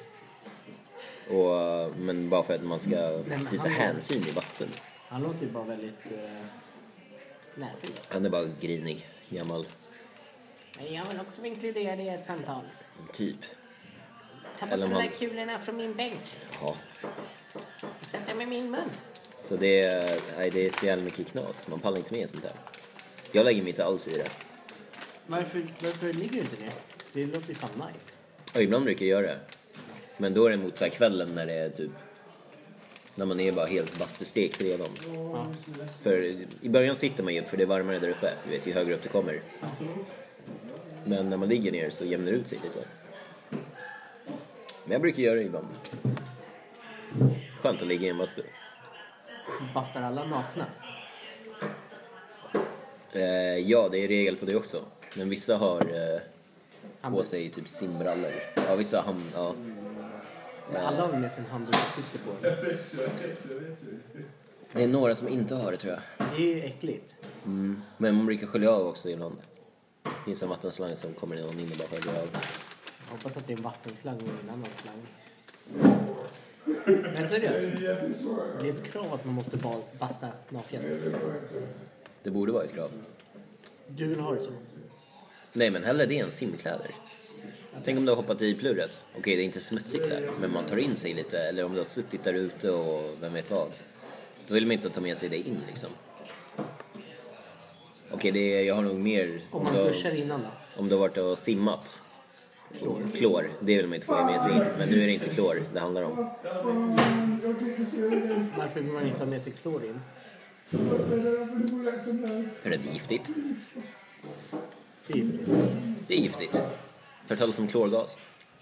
Men bara för att man ska visa hänsyn i bastun. Han låter ju bara väldigt näsvis. Han är bara grinig, gammal. Men jag vill också inkludera det i ett samtal. Typ. Ta bort Eller de om där han- kulorna från min bänk Ja. och sätt dem i min mun. Så det är så jävla mycket knas. Man pallar inte med sånt där. Jag lägger mig inte alls i det. Varför ligger du inte ner? Det låter ju fan nice. Och ibland brukar jag göra det. Men då är det mot så här kvällen när det är typ... När man är bara helt bastustekt redan. Ja. För i början sitter man ju upp för det är varmare där uppe. Du vet, ju högre upp det kommer. Men när man ligger ner så jämnar det ut sig lite. Men jag brukar göra det ibland. Skönt att ligga i en bastu. Bastar alla nakna? Ja, det är regel på det också. Men vissa har på Handduk. sig typ simbrallor. Ja, vissa har... Ja. Men alla har väl med sin handduk och sitter på den. Det är några som inte har det, tror jag. Det är ju äckligt. Men man brukar skölja av också ibland. Det finns en vattenslang som kommer någon in och bara sköljer av. Jag hoppas att det är en vattenslang och en annan slang. Men seriöst, det är ett krav att man måste basta naken. Det borde vara ett krav. Du vill ha det så? Nej, men hellre det än simkläder. Tänk om du har hoppat i plurret. Okej, det är inte smutsigt där, men man tar in sig lite. Eller om du har suttit där ute och vem vet vad. Då vill man inte ta med sig det in liksom. Okej, jag har nog mer... Om man duschar innan då? Om du har varit och simmat. Klor, det vill man inte få med sig in. Men nu är det inte klor det handlar om. Varför vill man inte ha med sig klor in? För det är giftigt. Det är giftigt. Det är giftigt. Hört talas om klorgas?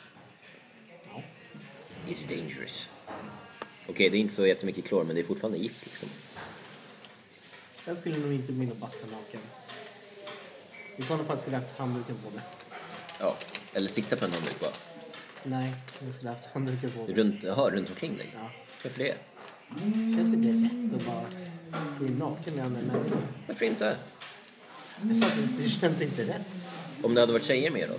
It's dangerous. Okej, det är inte så jättemycket klor, men det är fortfarande gift liksom. Jag skulle nog inte vilja basta naken. I sådana fall skulle jag haft handduken på mig. Ja, eller sitta på en handduk bara. Nej, jag skulle haft handduken på mig. Runt omkring dig? Ja. Varför det? Känns inte rätt att bara gå in naken med andra människor. Varför inte? Jag sa att det känns inte rätt. Om det hade varit tjejer med då?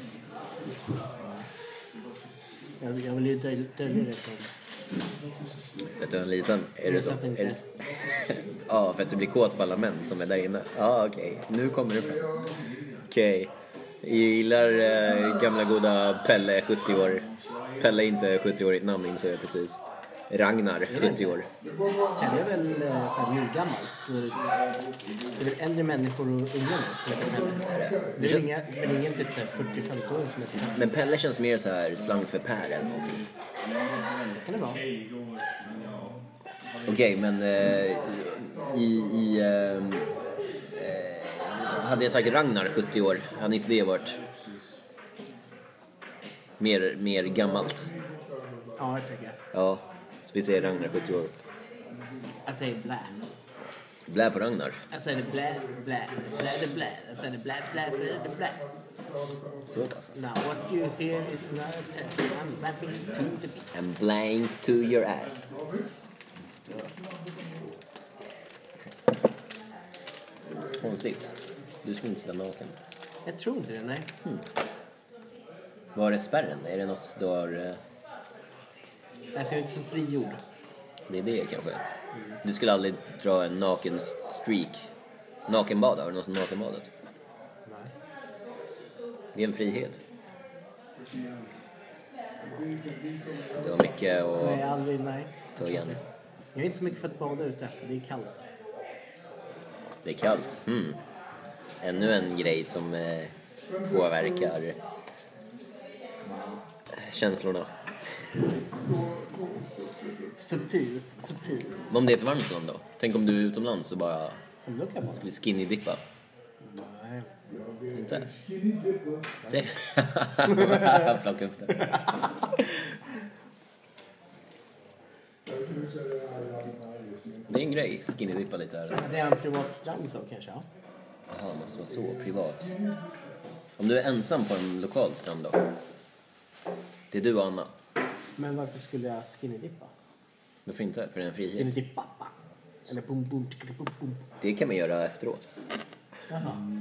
Jag vill ju dölja det som... För att du är en liten, är det så? Jag vet inte. Ja, för att du blir kåt på alla män som är där inne. Ja, okej. Nu kommer det fram. Okej. Jag gillar gamla goda Pelle, 70 år. Pelle är inte 70-årigt namn, insåg jag precis. Ragnar, 70 år. Pelle är väl så här nygammalt. Så det är väl äldre människor och unga nu som heter Pelle. Det är väl ingen typ 40-50-åring som heter Pelle. Men Pelle känns mer så här slang för Per eller någonting. Så kan det vara. Okej, men hade jag sagt Ragnar 70 år, hade inte det varit mer gammalt? Ja, det tycker jag. Ja, så vi säger Ragnar 70 år. Jag säger blä. Blä på Ragnar. Jag säger blä, blä, blä, det blä. Jag säger blä, blä, blä, det blä. Så pass alltså. Now what you hear is not a test. I'm rapping to the beat. I'm blind to your ass. Konstigt. Du skulle inte sitta naken. Jag tror inte det, nej. Var är spärren? Är det något du har... Jag är inte så frigjord. Det är det kanske. Du skulle aldrig dra en naken streak. Nakenbada, har du någonsin nakenbadat? Nej. Det är en frihet. Du har mycket Nej, att aldrig, nej. ta igen. Jag är inte så mycket för att bada ute. Det är kallt. Det är kallt. Ännu en grej som påverkar känslorna. Subtilt. Men om det är ett varmt land då? Tänk om du är utomlands och bara Men då kan man... ska vi skinny-dippa. Nej. Inte? Se. Plocka upp det. Det är en grej, skinny-dippa lite här. Det är en privat strand så kanske, ja. Jaha, måste vara så privat. Om du är ensam på en lokal strand då? Det är du och Anna. Men varför skulle jag skinny-dippa? Varför inte? För det är en frihet. Skinny-dippa. Eller bum, bum, bum, bum. Det kan man göra efteråt. Jaha.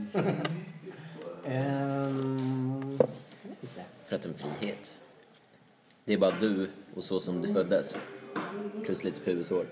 Jag vet inte. För att en frihet. Det är bara du och så som du föddes. Plus lite pubeshår.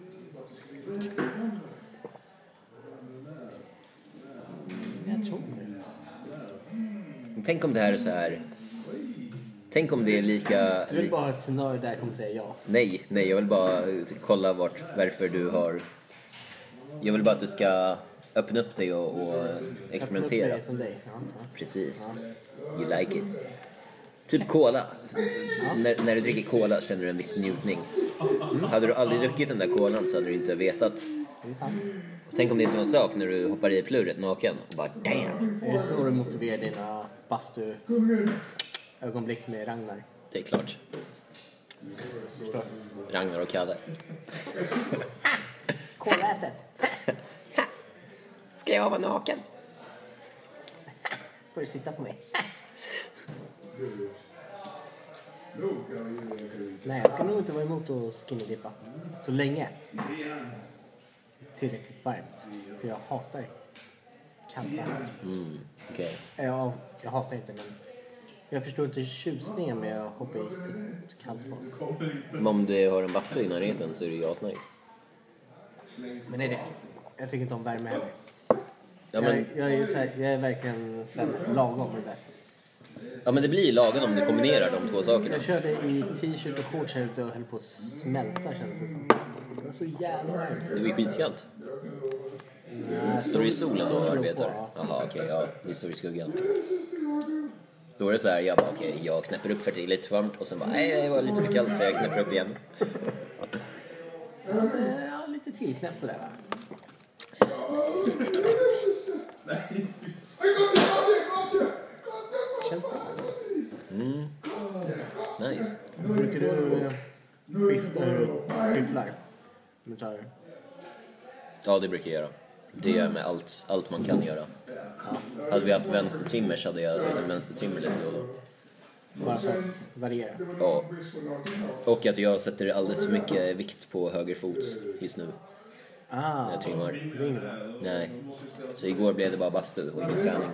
Jag tror inte det. Tänk om det här är så här. Tänk om det är lika... Jag vill bara ha ett scenario där jag kommer säga ja. Nej, jag vill bara kolla varför du har... Jag vill bara att du ska öppna upp dig och experimentera. Öppna upp mig som dig. Ja. Precis. You like it. Typ cola. När du dricker cola känner du en viss njutning. Hade du aldrig druckit den där kolan så hade du inte vetat. Det är sant. Tänk om det är samma sak när du hoppar i plurret naken och bara damn. Är det så du motiverar dina bastu-ögonblick med Ragnar? Det är klart. Förstår du? Ragnar och Kalle. Kolätet. Ska jag vara naken? Får du sitta på mig? Nej, jag ska nog inte vara emot att skinny-dippa. Så länge. Det är tillräckligt varmt. För jag hatar kallt vatten. Okej. Jag hatar inte, men jag förstår inte tjusningen med att hoppa i ett kallt bad. Men om du har en bastu i närheten så är det ju asnice. Men det är det. Jag tycker inte om värme heller. Ja men, Jag är så här, jag är verkligen svensk. Lagom är bäst. ja men det blir lagen om du kombinerar de två sakerna. Jag körde i t-shirt och shorts här ute och höll på att smälta, känns det som. Det var så jävla varmt. Det blir skitkallt. Står du i solen Solen och låg arbetar? på, Jaha, okej, ja. Vi står i skuggan. Då är det så här, jag bara okej, jag knäpper upp för det är lite för varmt och sen bara nej, det var lite för kallt så jag knäpper upp igen. Ja, lite tillknäppt sådär va? Känns bra alltså. Nice. Brukar du skifta hur du skyfflar? Om du tar... Ja, det brukar jag göra. Det gör jag med allt man kan göra. Hade vi haft vänstertrimmers hade jag tagit en vänstertrimmer lite då och då. Bara för att variera. Ja. Och att jag sätter alldeles för mycket vikt på höger fot just nu. När jag trimmar. Det är inget bra. Nej. Så igår blev det bara bastu och ingen träning.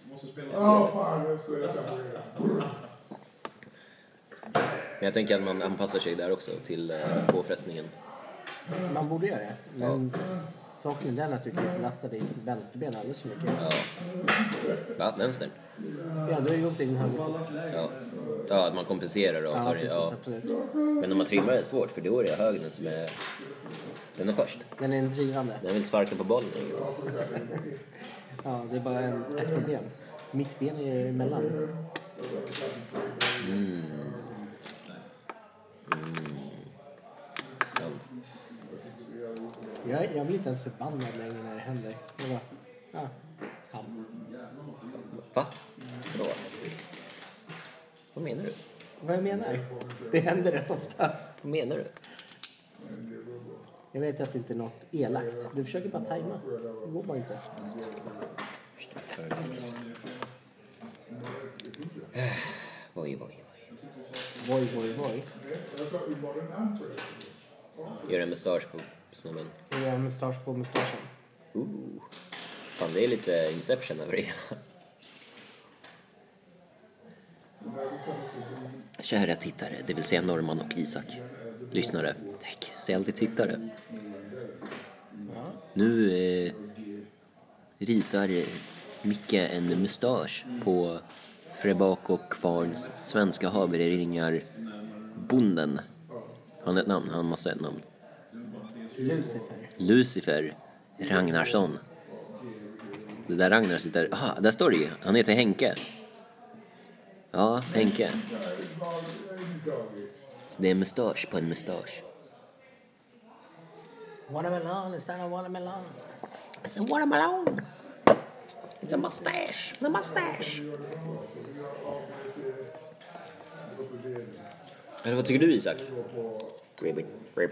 Men jag tänker att man anpassar sig där också till påfrestningen. Man borde göra det. Men saken är den att du kan belasta ditt vänsterben alldeles för mycket. Ja. Va? Vänster? Ja, du har ju gjort din högerfot. Ja, att man kompenserar och Ja, tar det. precis, Ja. absolut. Men om man trimmar är det svårt för då är det högern som är... Den är först. Den är en drivande. Den vill sparka på bollen liksom. Ja, det är bara ett problem. Mitt ben är emellan. Sant. Jag blir inte ens förbannad längre när det händer. Jag bara, ja, han. Va? Vadå? Vad menar du? Vad jag menar? Det händer rätt ofta. Vad menar du? Jag vet att det inte är något elakt. Du försöker bara tajma. Det går bara inte. Oj. Voj, voj, voj. Gör en mustasch på snubben. Jag gör en mustasch på mustaschen. Fan, det är lite Inception över det hela. Kära tittare, det vill säga Norman och Isak. Lyssnare, tack. Säg alltid tittare. Nu ritar Micke en mustasch på Frebak och Kvarns svenska haveringar bonden. Han har ett namn, han måste ha ett namn. Lucifer Ragnarsson. Det där Ragnar sitter... där står det ju. Han heter Henke. Ja, Henke. Så det är en mustasch på en mustasch. Watermelon, is that a watermelon? It's a watermelon. It's a mustache. The mustache. Eller vad tycker du, Isak? Ribbit.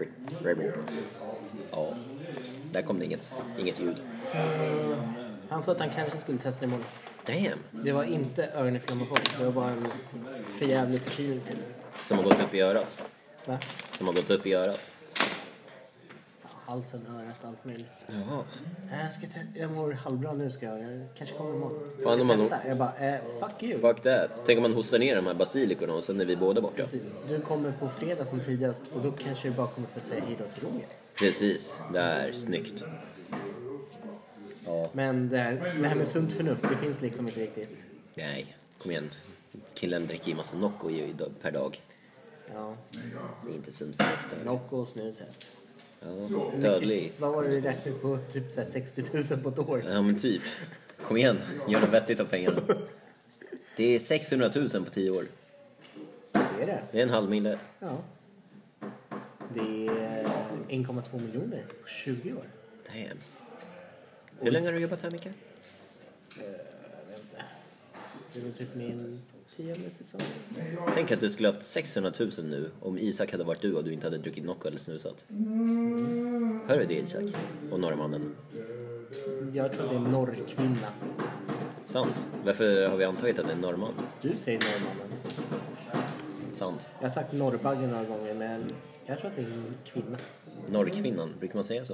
Ja, där kom det inget ljud. Han sa att han kanske skulle testa imorgon. Damn. Det var inte öroninflammation. Det var bara en förjävlig förkylning till. Som har gått upp i örat. Va? Som har gått upp i örat. Halsen, örat, allt möjligt. Jaha. Jag mår halvbra nu, jag kanske kommer imorgon. Fan, Jag man testa. Jag bara, fuck you. Fuck that. Tänk om man hostar ner de här basilikorna och sen är vi båda borta. Precis. Du kommer på fredag som tidigast och då kanske du bara kommer för att säga hej då till Roger. Precis. Det är snyggt. Ja. Men det här med sunt förnuft, det finns liksom inte riktigt. Nej, kom igen. Killen dricker ju massa Nocco per dag. Ja, Det är inte sunt förnuft. Nocco och snuset. Ja, dödlig. Vad var det du räknade på? Typ så här 60 000 på ett år. Ja, men typ. Kom igen, gör något vettigt av pengarna. Det är 600 000 på 10 år. Det är det. Det är en halv mille. Ja. Det är 1,2 miljoner på 20 år. Damn. Hur länge har du jobbat här, Micke? Jag vet inte. Det var typ min 10:e säsong. Tänk att du skulle ha haft 600 000 nu om Isak hade varit du och du inte hade druckit Nocco eller snusat. Hör du det, Isak? Och norrmannen. Jag tror att det är norrkvinna. Sant. Varför har vi antagit att det är en norrman? Du säger norrmannen. Sant. Jag har sagt norrbaggen några gånger, men jag tror att det är en kvinna. Norrkvinnan, brukar man säga så?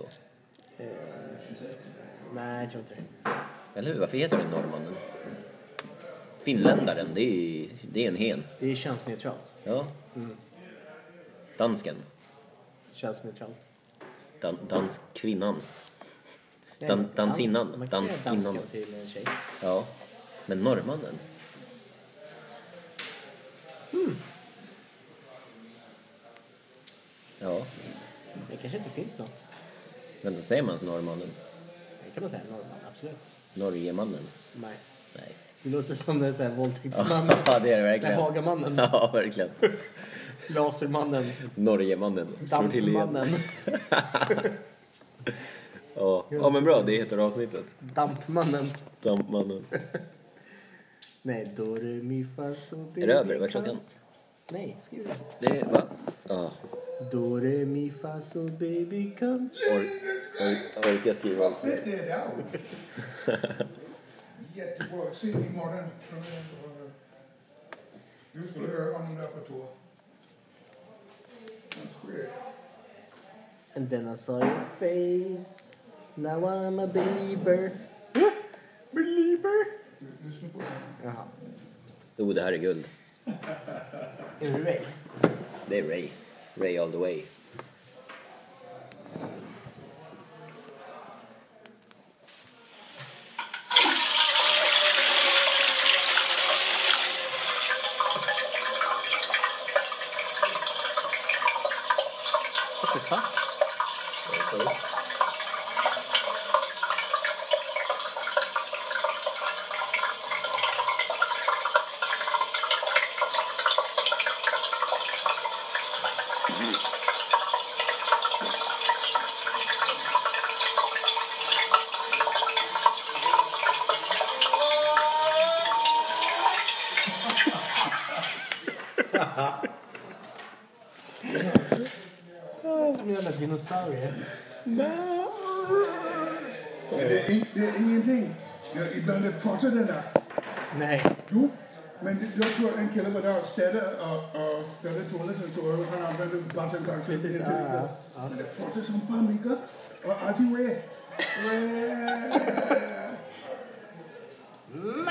Nej, jag tror inte det. Eller hur? Varför heter den norrmannen? Finländaren, det är en hen. Det är könsneutralt. Ja. Dansken. Könsneutralt. Danskvinnan. Nej, Dansinnan. Man kan säga Danskinnan. danskan till en tjej. Ja. Men norrmannen? Ja. Det kanske inte finns något. Vänta, säger man norrmannen? Det kan man säga. Norrman, absolut. Norgemannen? Nej. Nej. Det låter som en sån här våldtäktsman. Ja, det är det verkligen. Hagamannen. Ja, verkligen. Lasermannen. Norgemannen. Slår till igen. Dampmannen. Ja, men bra. Det heter avsnittet. Dampmannen. Dampmannen. Nej, då är det mi fa so baby. Är det över? Vad är klockan? Nej, skriv det. Det är, va? Ja. Då är det mi fa so baby cunt. Orkar skriva. Fett det är det. Jättebra. Se imorgon. Du skulle höra honom där på tour. That's great. And then I saw your face. Now I'm a believer. Believer. Lyssna på det. Jaha. Det här är guld. Är det Ray? Det är Ray. Ray all the way. What the fuck? Som en jävla dinosaurie. Det är ingenting. Ibland pratar den där. Nej. Jo, men jag tror att en kille var där och städade toaletten så han använde vattenkanken. Precis, ja. Men det pratar som fan mycket. Och allting är...